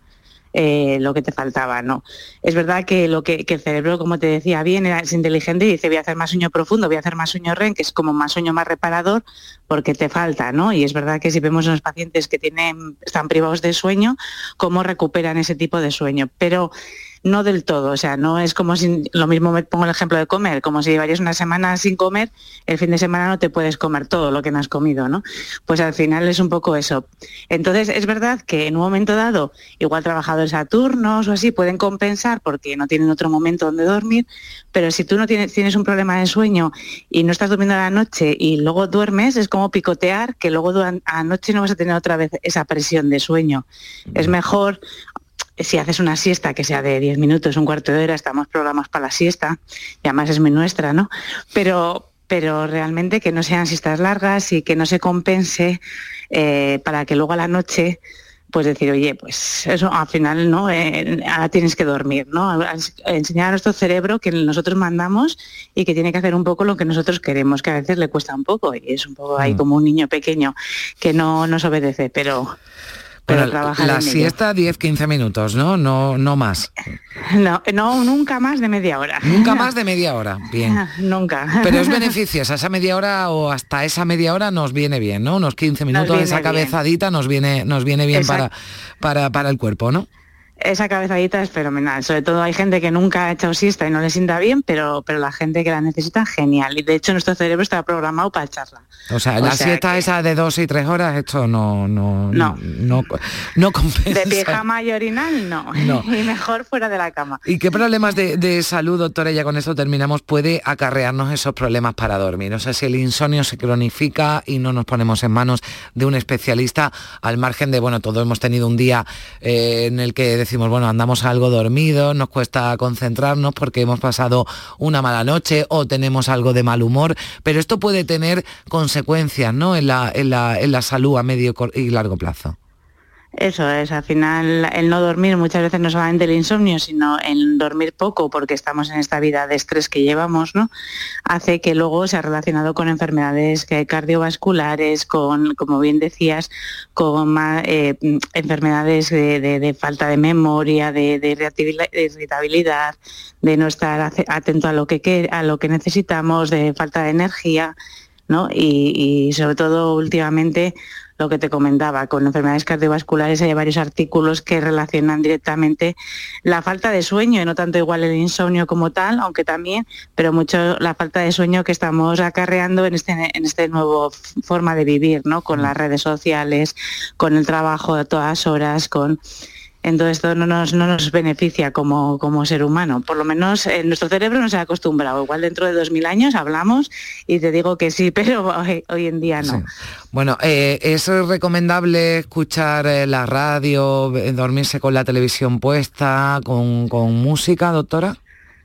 lo que te faltaba, ¿no? Es verdad que el cerebro, como te decía bien, es inteligente y dice voy a hacer más sueño profundo, voy a hacer más sueño REM, que es como más sueño más reparador, porque te falta, ¿no? Y es verdad que si vemos a los pacientes que están privados de sueño, cómo recuperan ese tipo de sueño. Pero no del todo, o sea, no es como si, lo mismo me pongo el ejemplo de comer, como si llevarías una semana sin comer, el fin de semana no te puedes comer todo lo que no has comido, ¿no? Pues al final es un poco eso. Entonces es verdad que en un momento dado, igual trabajadores a turnos o así, pueden compensar porque no tienen otro momento donde dormir, pero si tú no tienes un problema de sueño y no estás durmiendo a la noche y luego duermes, es como picotear, que luego a la noche no vas a tener otra vez esa presión de sueño. Es mejor... Si haces una siesta que sea de 10 minutos, un cuarto de hora, estamos programados para la siesta, y además es muy nuestra, ¿no? Pero realmente que no sean siestas largas y que no se compense para que luego a la noche, pues decir, oye, pues eso al final, ¿no? Ahora tienes que dormir, ¿no? Enseñar a nuestro cerebro que nosotros mandamos y que tiene que hacer un poco lo que nosotros queremos, que a veces le cuesta un poco, y es un poco ahí como un niño pequeño que no nos obedece, pero la siesta 10-15 minutos, ¿no? No más. No, nunca más de media hora. Nunca más de media hora, bien. Nunca. Pero es beneficiosa, esa media hora o hasta esa media hora nos viene bien, ¿no? Unos 15 minutos de esa cabezadita nos viene bien para el cuerpo, ¿no? Esa cabezadita es fenomenal, sobre todo hay gente que nunca ha echado siesta y no le sienta bien, pero la gente que la necesita, genial, y de hecho nuestro cerebro está programado para echarla. O sea, la siesta esa de 2 y 3 horas, esto no compensa. De pijama y orinal, no. Y mejor fuera de la cama. ¿Y qué problemas de salud, doctora, ya con esto terminamos, puede acarrearnos esos problemas para dormir? O sea, si el insomnio se cronifica y no nos ponemos en manos de un especialista, al margen de, bueno, todos hemos tenido un día en el que decimos, bueno, andamos algo dormidos, nos cuesta concentrarnos porque hemos pasado una mala noche o tenemos algo de mal humor, pero esto puede tener consecuencias, ¿no? en la salud a medio y largo plazo. Eso es, al final el no dormir, muchas veces no solamente el insomnio, sino el dormir poco, porque estamos en esta vida de estrés que llevamos, ¿no? Hace que luego se ha relacionado con enfermedades cardiovasculares, con, como bien decías, con enfermedades de falta de memoria, de irritabilidad, de no estar atento a lo que necesitamos, de falta de energía, ¿no? Y sobre todo últimamente, lo que te comentaba, con enfermedades cardiovasculares hay varios artículos que relacionan directamente la falta de sueño, y no tanto igual el insomnio como tal, aunque también, pero mucho la falta de sueño que estamos acarreando en este nuevo forma de vivir, ¿no? Con las redes sociales, con el trabajo a todas horas, entonces esto no nos beneficia como ser humano, por lo menos nuestro cerebro no se ha acostumbrado. Igual dentro de 2000 años hablamos y te digo que sí, pero hoy en día no. Sí. Bueno, ¿es recomendable escuchar la radio, dormirse con la televisión puesta, con música, doctora?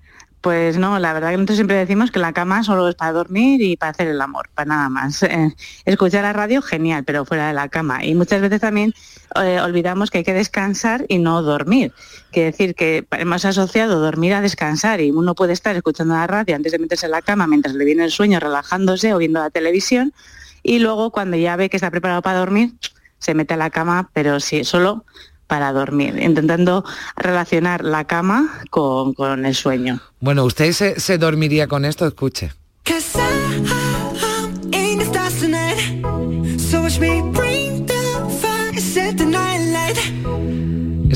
Pues no, la verdad que nosotros siempre decimos que la cama solo es para dormir y para hacer el amor, para nada más. Escuchar la radio, genial, pero fuera de la cama. Y muchas veces también olvidamos que hay que descansar y no dormir. Quiere decir que hemos asociado dormir a descansar, y uno puede estar escuchando la radio antes de meterse en la cama mientras le viene el sueño, relajándose o viendo la televisión, y luego cuando ya ve que está preparado para dormir, se mete a la cama, pero sí, solo para dormir, intentando relacionar la cama con el sueño. Bueno, ¿usted se dormiría con esto? Escuche.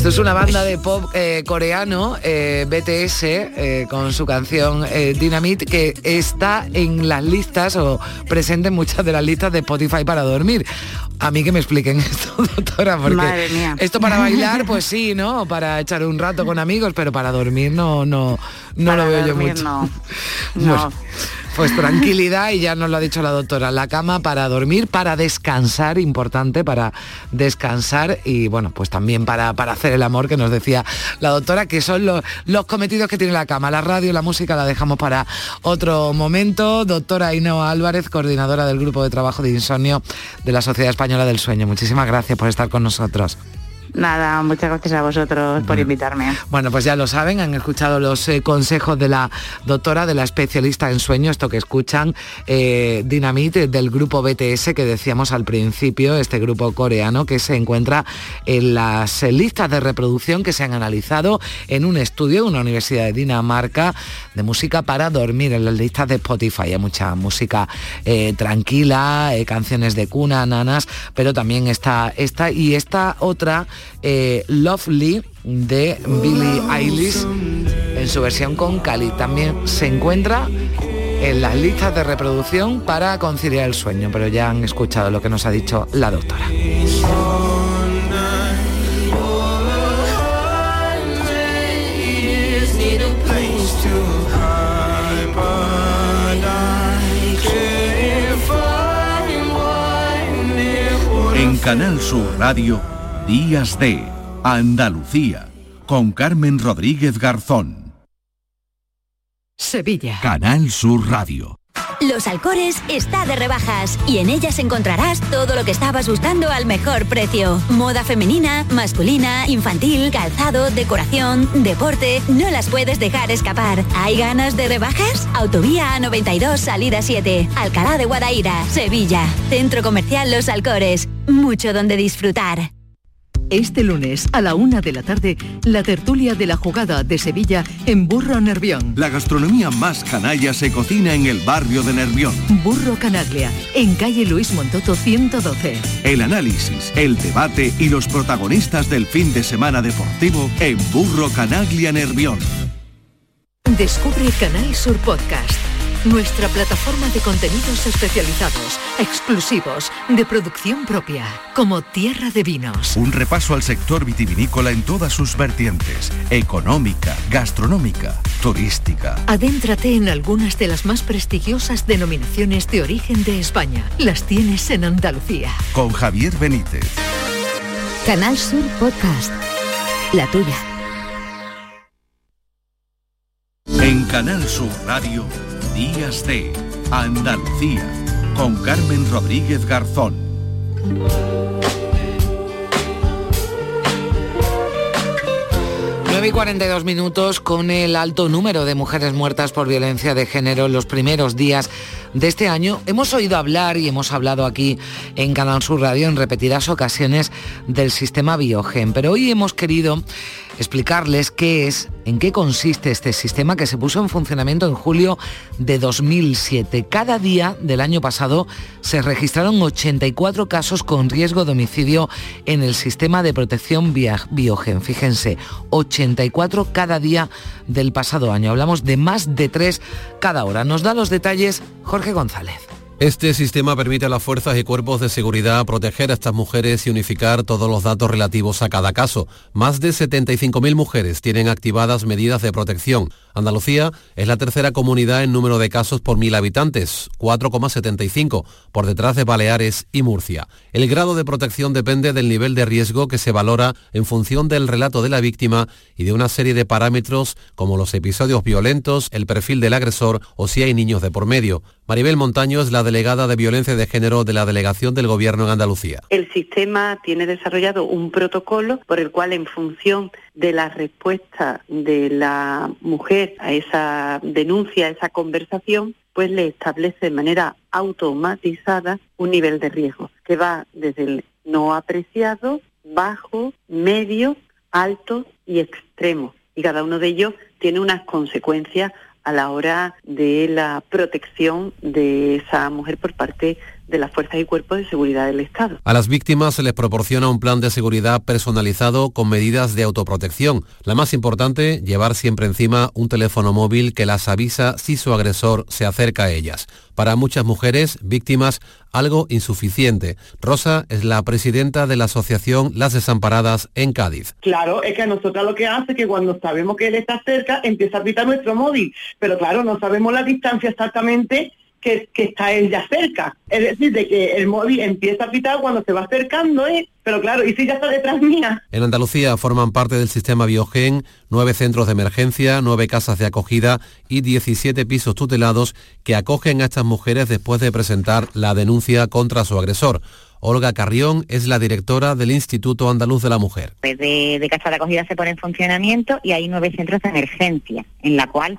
Esto es una banda de pop coreano, BTS, con su canción Dynamite, que está en las listas o presente en muchas de las listas de Spotify para dormir. A mí que me expliquen esto, doctora, porque Madre mía. Esto para bailar, pues sí, ¿no? Para echar un rato con amigos, pero para dormir no lo veo yo mucho. No. Bueno, pues tranquilidad, y ya nos lo ha dicho la doctora, la cama para dormir, para descansar, importante, para descansar, y bueno, pues también para hacer el amor, que nos decía la doctora, que son los cometidos que tiene la cama. La radio, la música la dejamos para otro momento. Doctora Ainhoa Álvarez, coordinadora del Grupo de Trabajo de Insomnio de la Sociedad Española del Sueño. Muchísimas gracias por estar con nosotros. Nada, muchas gracias a vosotros por invitarme. Bueno, pues ya lo saben, han escuchado los consejos de la doctora, de la especialista en sueño, esto que escuchan, Dynamite, del grupo BTS, que decíamos al principio, este grupo coreano que se encuentra en las listas de reproducción que se han analizado en un estudio de una universidad de Dinamarca de música para dormir, en las listas de Spotify. Hay mucha música tranquila, canciones de cuna, nanas, pero también está esta y esta otra, Lovely, de Billie Eilish, en su versión con Khalid. También se encuentra en las listas de reproducción para conciliar el sueño, pero ya han escuchado lo que nos ha dicho la doctora. En Canal Sur Radio, Días de Andalucía, con Carmen Rodríguez Garzón. Sevilla. Canal Sur Radio. Los Alcores está de rebajas y en ellas encontrarás todo lo que estabas buscando al mejor precio. Moda femenina, masculina, infantil, calzado, decoración, deporte, no las puedes dejar escapar. ¿Hay ganas de rebajas? Autovía A92, salida 7, Alcalá de Guadaira, Sevilla. Centro Comercial Los Alcores, mucho donde disfrutar. Este lunes a la 1 de la tarde, la tertulia de la jugada de Sevilla en Burro Nervión. La gastronomía más canalla se cocina en el barrio de Nervión. Burro Canaglia, en calle Luis Montoto 112. El análisis, el debate y los protagonistas del fin de semana deportivo en Burro Canaglia Nervión. Descubre Canal Sur Podcast, nuestra plataforma de contenidos especializados, exclusivos, de producción propia, como Tierra de Vinos. Un repaso al sector vitivinícola en todas sus vertientes: económica, gastronómica, turística. Adéntrate en algunas de las más prestigiosas denominaciones de origen de España. Las tienes en Andalucía. Con Javier Benítez. Canal Sur Podcast, la tuya. En Canal Sur Radio, Días de Andalucía, con Carmen Rodríguez Garzón. Y 42 minutos, con el alto número de mujeres muertas por violencia de género en los primeros días de este año. Hemos oído hablar y hemos hablado aquí en Canal Sur Radio en repetidas ocasiones del sistema Biogen, pero hoy hemos querido explicarles qué es, en qué consiste este sistema que se puso en funcionamiento en julio de 2007. Cada día del año pasado se registraron 84 casos con riesgo de homicidio en el sistema de protección Biogen. Fíjense, 84 cada día del pasado año. Hablamos de más de 3 cada hora. Nos da los detalles Jorge González. Este sistema permite a las fuerzas y cuerpos de seguridad proteger a estas mujeres y unificar todos los datos relativos a cada caso. Más de 75.000 mujeres tienen activadas medidas de protección. Andalucía es la tercera comunidad en número de casos por 1.000 habitantes, 4,75, por detrás de Baleares y Murcia. El grado de protección depende del nivel de riesgo que se valora en función del relato de la víctima y de una serie de parámetros como los episodios violentos, el perfil del agresor o si hay niños de por medio. Maribel Montaño es la delegada de Violencia de Género de la Delegación del Gobierno en Andalucía. El sistema tiene desarrollado un protocolo por el cual, en función de la respuesta de la mujer a esa denuncia, a esa conversación, pues le establece de manera automatizada un nivel de riesgo que va desde el no apreciado, bajo, medio, alto y extremo. Y cada uno de ellos tiene unas consecuencias a la hora de la protección de esa mujer por parte de las fuerzas y cuerpos de seguridad del Estado. A las víctimas se les proporciona un plan de seguridad personalizado con medidas de autoprotección. La más importante, llevar siempre encima un teléfono móvil que las avisa si su agresor se acerca a ellas. Para muchas mujeres víctimas, algo insuficiente. Rosa es la presidenta de la asociación Las Desamparadas en Cádiz. Claro, es que a nosotros lo que hace es que cuando sabemos que él está cerca, empieza a pitar nuestro móvil. Pero claro, no sabemos la distancia exactamente que está él ya cerca. Es decir, de que el móvil empieza a pitar cuando se va acercando, pero claro, ¿y si ya está detrás mía? En Andalucía forman parte del sistema Biogen 9 centros de emergencia, 9 casas de acogida y 17 pisos tutelados que acogen a estas mujeres después de presentar la denuncia contra su agresor. Olga Carrión es la directora del Instituto Andaluz de la Mujer. De casa de acogida se pone en funcionamiento y hay 9 centros de emergencia, en la cual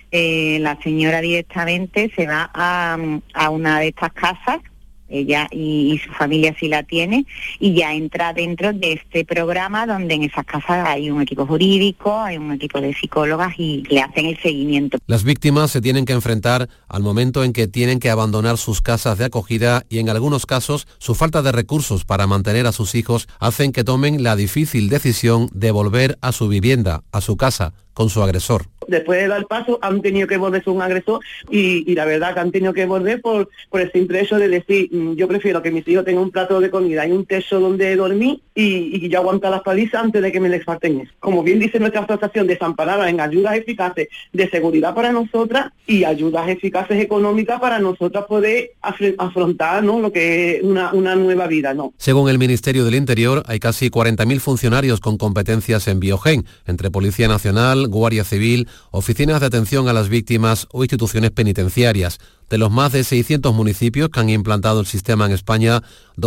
la señora directamente se va a una de estas casas, ella y su familia sí la tiene, y ya entra dentro de este programa donde en esas casas hay un equipo jurídico, hay un equipo de psicólogas y le hacen el seguimiento. Las víctimas se tienen que enfrentar al momento en que tienen que abandonar sus casas de acogida y en algunos casos su falta de recursos para mantener a sus hijos hacen que tomen la difícil decisión de volver a su vivienda, a su casa, con su agresor. Después de dar el paso han tenido que volverse un agresor y la verdad que han tenido que volver por el simple hecho de decir, yo prefiero que mis hijos tengan un plato de comida y un techo donde dormir y yo aguantar las palizas antes de que me les falten eso. Como bien dice nuestra asociación, Desamparada en ayudas eficaces de seguridad para nosotras y ayudas eficaces económicas para nosotras poder afrontar, ¿no?, lo que es una nueva vida, ¿no? Según el Ministerio del Interior, hay casi 40.000 funcionarios con competencias en Biogen, entre Policía Nacional, Guardia Civil, oficinas de atención a las víctimas o instituciones penitenciarias. De los más de 600 municipios que han implantado el sistema en España,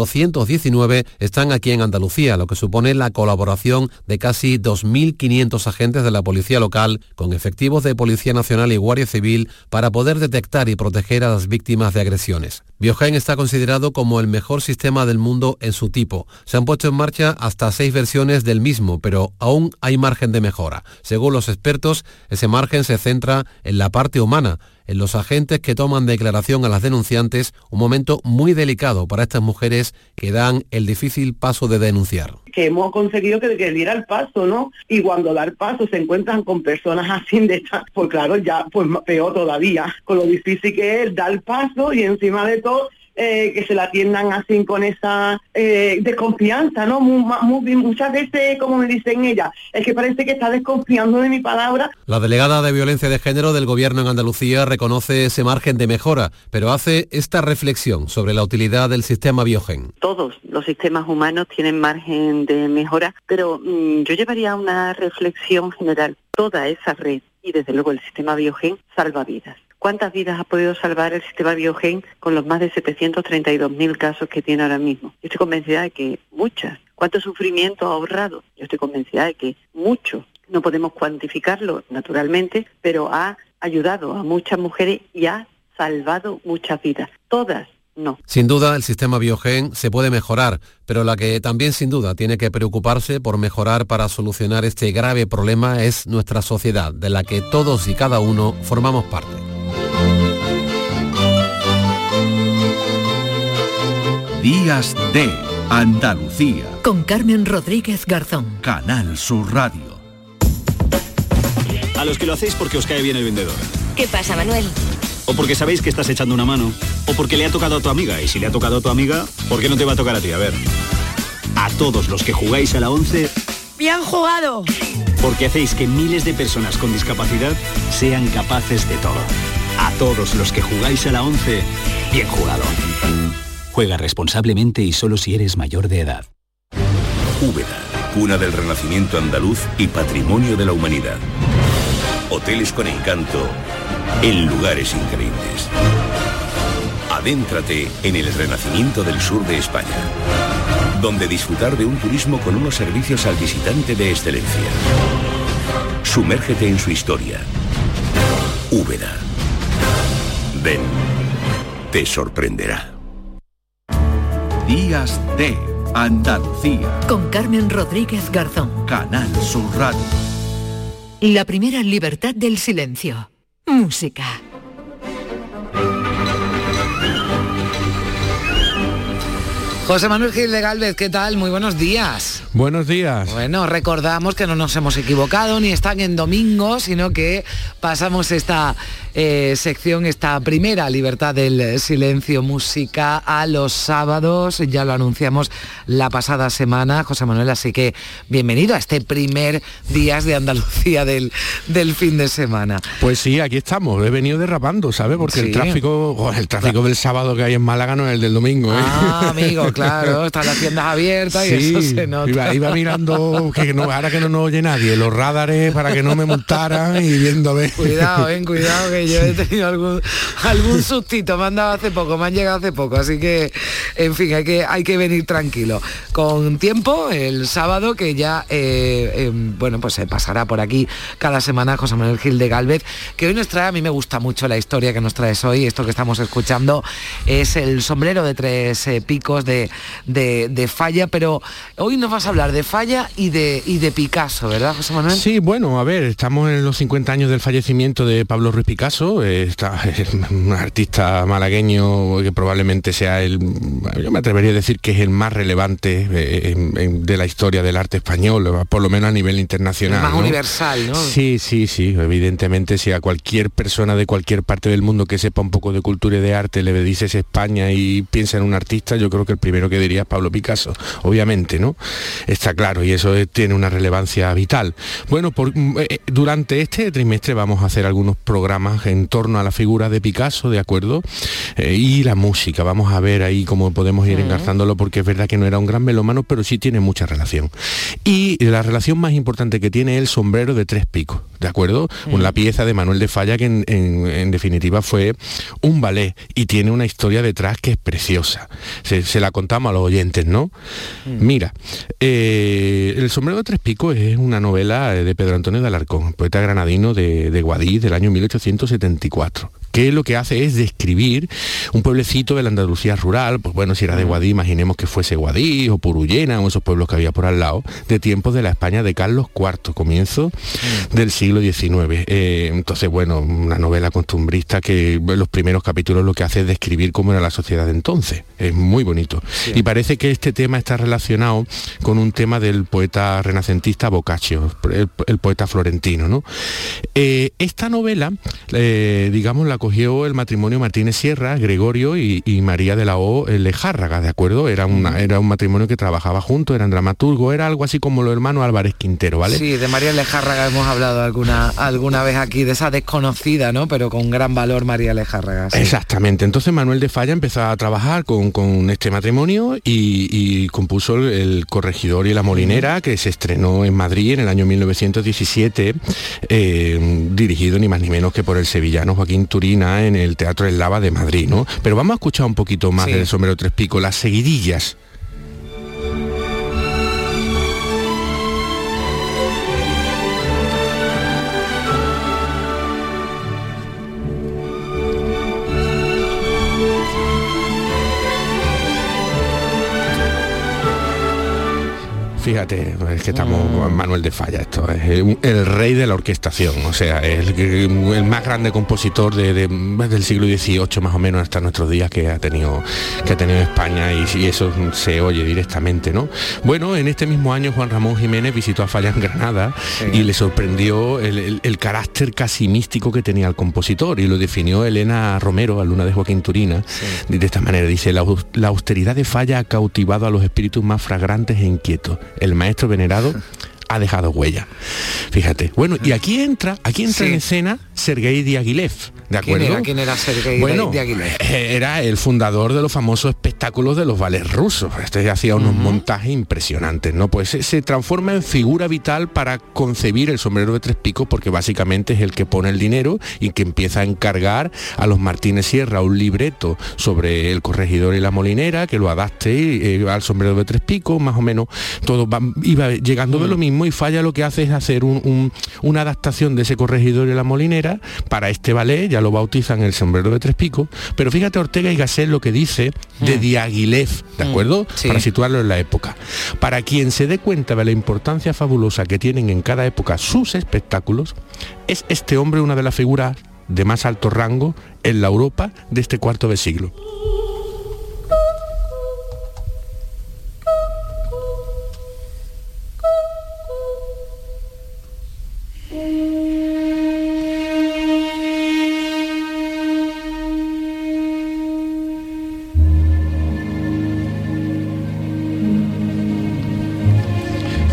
219 están aquí en Andalucía, lo que supone la colaboración de casi 2.500 agentes de la policía local con efectivos de Policía Nacional y Guardia Civil para poder detectar y proteger a las víctimas de agresiones. Biogen está considerado como el mejor sistema del mundo en su tipo. Se han puesto en marcha hasta 6 versiones del mismo, pero aún hay margen de mejora. Según los expertos, ese margen se centra en la parte humana, en los agentes que toman declaración a las denunciantes, un momento muy delicado para estas mujeres que dan el difícil paso de denunciar. Que hemos conseguido que diera el paso, ¿no? Y cuando da el paso se encuentran con personas así de estas, pues claro, ya pues peor todavía, con lo difícil que es dar el paso y encima de todo que se la atiendan así con esa desconfianza, ¿no? Muchas veces, como me dicen ellas, es que parece que está desconfiando de mi palabra. La delegada de Violencia de Género del Gobierno en Andalucía reconoce ese margen de mejora, pero hace esta reflexión sobre la utilidad del sistema Biogen. Todos los sistemas humanos tienen margen de mejora, pero yo llevaría una reflexión general. Toda esa red y desde luego el sistema Biogen salva vidas. ¿Cuántas vidas ha podido salvar el sistema Biogen con los más de 732.000 casos que tiene ahora mismo? Yo estoy convencida de que muchas. ¿Cuánto sufrimiento ha ahorrado? Yo estoy convencida de que mucho. No podemos cuantificarlo, naturalmente, pero ha ayudado a muchas mujeres y ha salvado muchas vidas. Todas. No. Sin duda, el sistema Biogen se puede mejorar, pero la que también sin duda tiene que preocuparse por mejorar para solucionar este grave problema es nuestra sociedad, de la que todos y cada uno formamos parte. Días de Andalucía. Con Carmen Rodríguez Garzón. Canal Sur Radio. A los que lo hacéis porque os cae bien el vendedor. ¿Qué pasa, Manuel? O porque sabéis que estás echando una mano. O porque le ha tocado a tu amiga. Y si le ha tocado a tu amiga, ¿por qué no te va a tocar a ti? A ver. A todos los que jugáis a la 11... ¡Bien jugado! Porque hacéis que miles de personas con discapacidad sean capaces de todo. A todos los que jugáis a la 11, bien jugado. Juega responsablemente y solo si eres mayor de edad. Úbeda, cuna del renacimiento andaluz y patrimonio de la humanidad. Hoteles con encanto en lugares increíbles. Adéntrate en el renacimiento del sur de España, donde disfrutar de un turismo con unos servicios al visitante de excelencia. Sumérgete en su historia. Úbeda. Ven, te sorprenderá. Días de Andalucía. Con Carmen Rodríguez Garzón. Canal Sur Radio. La primera libertad del silencio. Música. José Manuel Gil de Gálvez, ¿qué tal? Muy buenos días. Buenos días. Bueno, recordamos que no nos hemos equivocado, ni están en domingo, sino que pasamos esta sección, esta primera Libertad del Silencio Música a los sábados. Ya lo anunciamos la pasada semana, José Manuel, así que bienvenido a este primer Días de Andalucía del fin de semana. Pues sí, aquí estamos. He venido derrapando, ¿sabes? Porque Sí. el tráfico del sábado que hay en Málaga no es el del domingo, ¿eh? Ah, amigo, claro, están las tiendas abiertas y Sí, eso se nota. iba mirando, ahora que no nos oye nadie, los radares para que no me multaran y viendo a ver. Cuidado, que yo he tenido algún sustito, me han dado hace poco, me han llegado hace poco, así que, en fin, hay que venir tranquilo. Con tiempo, el sábado, que ya, bueno, pues se pasará por aquí cada semana José Manuel Gil de Gálvez, que hoy nos trae, a mí me gusta mucho la historia que nos traes hoy, esto que estamos escuchando es el sombrero de 3 picos de Falla, pero hoy nos vas a hablar de Falla y de Picasso, ¿verdad, José Manuel? Sí, bueno, a ver, estamos en los 50 años del fallecimiento de Pablo Ruiz Picasso, es un artista malagueño que probablemente sea yo me atrevería a decir que es el más relevante de la historia del arte español, por lo menos a nivel internacional. El más ¿no? universal, ¿no? Sí, evidentemente, si a cualquier persona de cualquier parte del mundo que sepa un poco de cultura y de arte le dices España y piensa en un artista, yo creo que el primero que diría es Pablo Picasso, obviamente, ¿no? Está claro, y eso tiene una relevancia vital. Bueno, durante este trimestre vamos a hacer algunos programas en torno a la figura de Picasso, ¿de acuerdo? Y la música, vamos a ver ahí cómo podemos ir engarzándolo, porque es verdad que no era un gran melómano, pero sí tiene mucha relación. Y la relación más importante que tiene es el sombrero de 3 picos, ¿de acuerdo? La pieza de Manuel de Falla, que en definitiva fue un ballet y tiene una historia detrás que es preciosa. Se la contamos a los oyentes, ¿no? Mira, El sombrero de 3 picos es una novela de Pedro Antonio de Alarcón, poeta granadino de Guadix del año 1874. Que lo que hace es describir un pueblecito de la Andalucía rural, pues bueno, si era de Guadix, imaginemos que fuese Guadix o Purullena o esos pueblos que había por al lado, de tiempos de la España de Carlos IV, comienzo del siglo XIX. Entonces, bueno, una novela costumbrista que en los primeros capítulos lo que hace es describir cómo era la sociedad de entonces. Es muy bonito. Sí. Y parece que este tema está relacionado con un tema del poeta renacentista Boccaccio, el poeta florentino, ¿no? Esta novela, digamos, la cogió el matrimonio Martínez Sierra, Gregorio y María de la O Lejárraga, ¿de acuerdo? Era un matrimonio que trabajaba juntos, eran dramaturgos, era algo así como los hermanos Álvarez Quintero, ¿vale? Sí, de María Lejárraga hemos hablado alguna vez aquí, de esa desconocida, ¿no? Pero con gran valor María Lejárraga. Sí. Exactamente. Entonces Manuel de Falla empezó a trabajar con este matrimonio y compuso el Corregidor y la Molinera, que se estrenó en Madrid en el año 1917, dirigido ni más ni menos que por el sevillano Joaquín Turina en el Teatro Eslava de Madrid, ¿no? Pero vamos a escuchar un poquito más del sombrero de 3 picos, las seguidillas. Fíjate, es que estamos con Manuel de Falla, esto es el rey de la orquestación, o sea, el más grande compositor del siglo XVIII más o menos hasta nuestros días que ha tenido España, y eso se oye directamente, ¿no? Bueno, en este mismo año Juan Ramón Jiménez visitó a Falla en Granada y le sorprendió el carácter casi místico que tenía el compositor, y lo definió Elena Romero, alumna de Joaquín Turina, de esta manera, dice: la austeridad de Falla ha cautivado a los espíritus más fragrantes e inquietos. El maestro venerado ha dejado huella. Fíjate. Bueno, y aquí entra en escena Sergei Diaghilev, ¿de acuerdo? ¿Quién era Sergei Diaghilev? Era el fundador de los famosos espectáculos de los ballets rusos. Este hacía unos montajes impresionantes, ¿no? Pues se transforma en figura vital para concebir el sombrero de 3 picos, porque básicamente es el que pone el dinero y que empieza a encargar a los Martínez Sierra un libreto sobre el Corregidor y la Molinera, que lo adapte al sombrero de 3 picos, más o menos todo iba llegando de lo mismo, y Falla lo que hace es hacer una adaptación de ese Corregidor y la Molinera para este ballet, ya lo bautizan el sombrero de 3 picos, pero fíjate Ortega y Gasset lo que dice de Diaghilev, ¿de acuerdo? Sí. Para situarlo en la época. Para quien se dé cuenta de la importancia fabulosa que tienen en cada época sus espectáculos, es este hombre una de las figuras de más alto rango en la Europa de este cuarto de siglo.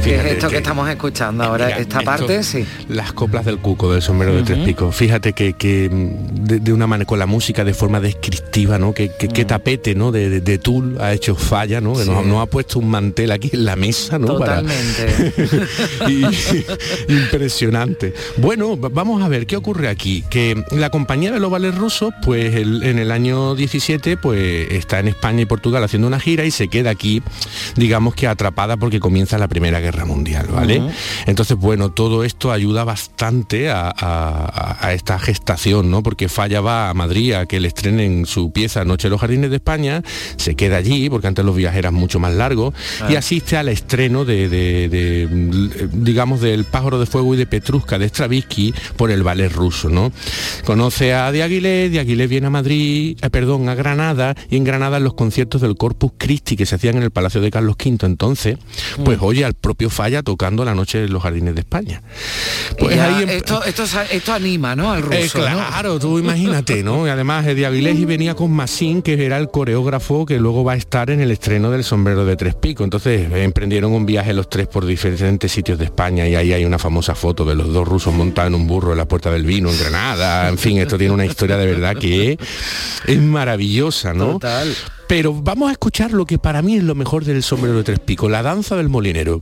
¿Qué es esto que estamos escuchando ahora? Mira, esta parte, sí. Las coplas del cuco, del sombrero de tres picos. Fíjate que de una manera, con la música de forma descriptiva, ¿no? Qué tapete, ¿no? De tul ha hecho Falla, ¿no? Que nos ha puesto un mantel aquí en la mesa, ¿no? Totalmente. Impresionante. Bueno, vamos a ver qué ocurre aquí. Que la compañía de los ballets rusos, pues en el año 17, pues está en España y Portugal haciendo una gira y se queda aquí, digamos que atrapada porque comienza la Primera Guerra Mundial, ¿vale? Entonces, bueno, todo esto ayuda bastante a esta gestación, ¿no? Porque Falla va a Madrid a que le estrenen su pieza Noche de los Jardines de España, se queda allí, porque antes los viajes eran mucho más largos, y asiste al estreno digamos, del Pájaro de Fuego y de Petrushka de Stravinsky por el ballet ruso, ¿no? Conoce a Diaghilev viene a Madrid, a Granada, y en Granada en los conciertos del Corpus Christi que se hacían en el Palacio de Carlos V entonces, pues oye al propio Falla tocando La Noche de los Jardines de España. Pues ya, ahí esto anima, ¿no? Al ruso, claro, ¿no? Tú imagínate, ¿no? Y además Diaghilev venía con Massin, que era el coreógrafo que luego va a estar en el estreno del Sombrero de Tres Picos. Entonces emprendieron un viaje los tres por diferentes sitios de España, y ahí hay una famosa foto de los dos rusos montados en un burro en la Puerta del Vino en Granada. En fin, esto tiene una historia de verdad que es maravillosa, ¿no? Total. Pero vamos a escuchar lo que para mí es lo mejor del Sombrero de Tres Picos, la danza del molinero.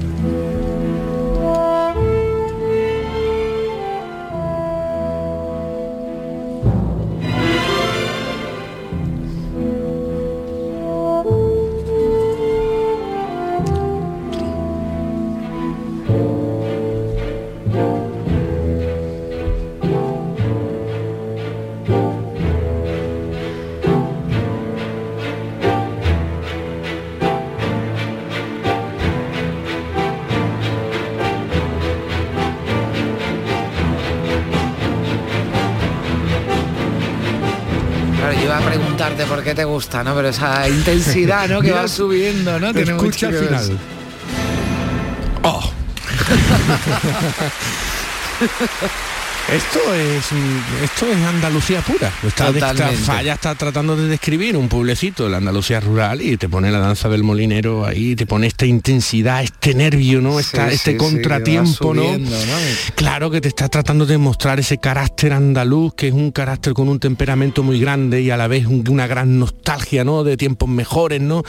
¿Por qué te gusta, no? Pero esa intensidad, ¿no? Que va subiendo, ¿no? Tiene escucha al final. ¡Oh! Esto es Andalucía pura. Falla está tratando de describir un pueblecito de la Andalucía rural y te pone la danza del molinero ahí, te pone esta intensidad, este nervio, ¿no? Este contratiempo, subiendo, ¿no? Claro que te está tratando de mostrar ese carácter andaluz, que es un carácter con un temperamento muy grande y a la vez una gran nostalgia, ¿no? De tiempos mejores, ¿no?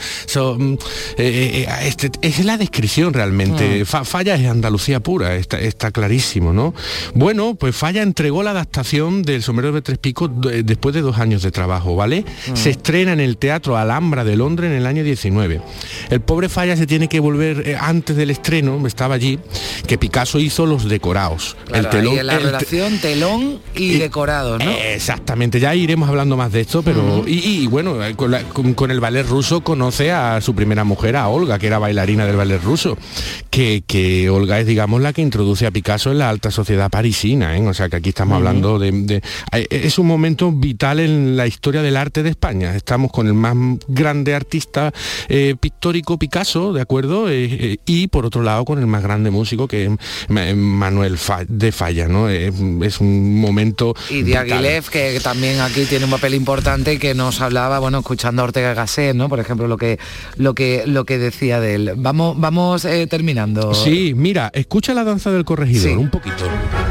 Es la descripción realmente. Falla es Andalucía pura, está clarísimo, ¿no? Bueno, pues Falla entregó la adaptación del Sombrero de Tres Picos después de 2 años de trabajo, ¿vale? Se estrena en el Teatro Alhambra de Londres en el año 19. El pobre Falla se tiene que volver antes del estreno, estaba allí, que Picasso hizo los decorados. Claro, el telón, ahí la relación telón y decorado, ¿no? Exactamente, ya iremos hablando más de esto, pero y bueno, con el ballet ruso conoce a su primera mujer, a Olga, que era bailarina del ballet ruso, que Olga es, digamos, la que introduce a Picasso en la alta sociedad parisina, ¿eh? O sea que aquí estamos hablando es un momento vital en la historia del arte de España. Estamos con el más grande artista pictórico, Picasso, ¿de acuerdo? Y por otro lado con el más grande músico, que es Manuel de Falla, ¿no? Es un momento y Diaghilev, que también aquí tiene un papel importante y que nos hablaba, bueno, escuchando a Ortega y Gasset, ¿no? Por ejemplo, lo que decía de él. Vamos terminando. Sí, mira, escucha la danza del corregidor, un poquito.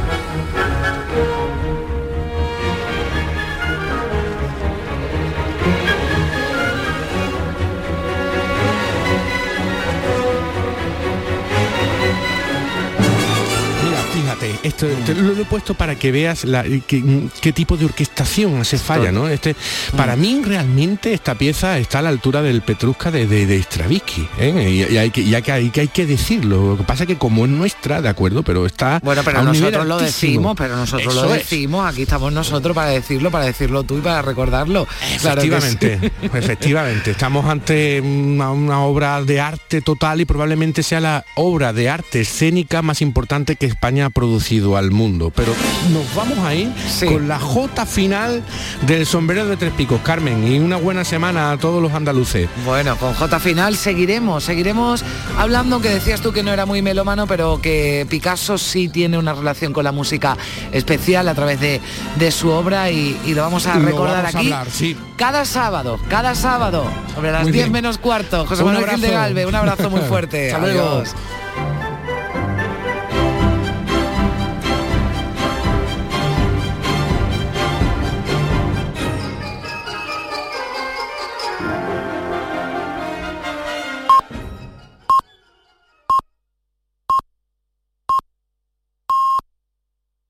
Esto lo he puesto para que veas qué tipo de orquestación hace Falla, ¿no? Para mí realmente esta pieza está a la altura del Petrushka de Stravinsky, ¿eh? Y hay que decirlo. Lo que pasa es que como es nuestra, de acuerdo, pero está. Bueno, pero nosotros lo decimos, aquí estamos nosotros para decirlo tú y para recordarlo. Efectivamente, claro que sí. Efectivamente. Estamos ante una obra de arte total y probablemente sea la obra de arte escénica más importante que España ha producido al mundo. Pero nos vamos a ir con la jota final del Sombrero de Tres Picos, Carmen, y una buena semana a todos los andaluces. Bueno, con jota final seguiremos hablando, que decías tú que no era muy melómano, pero que Picasso sí tiene una relación con la música especial a través de su obra y lo vamos a recordar aquí cada sábado, sobre las 10 menos cuarto. José Manuel Gil de Galve, un abrazo muy fuerte. Hasta luego.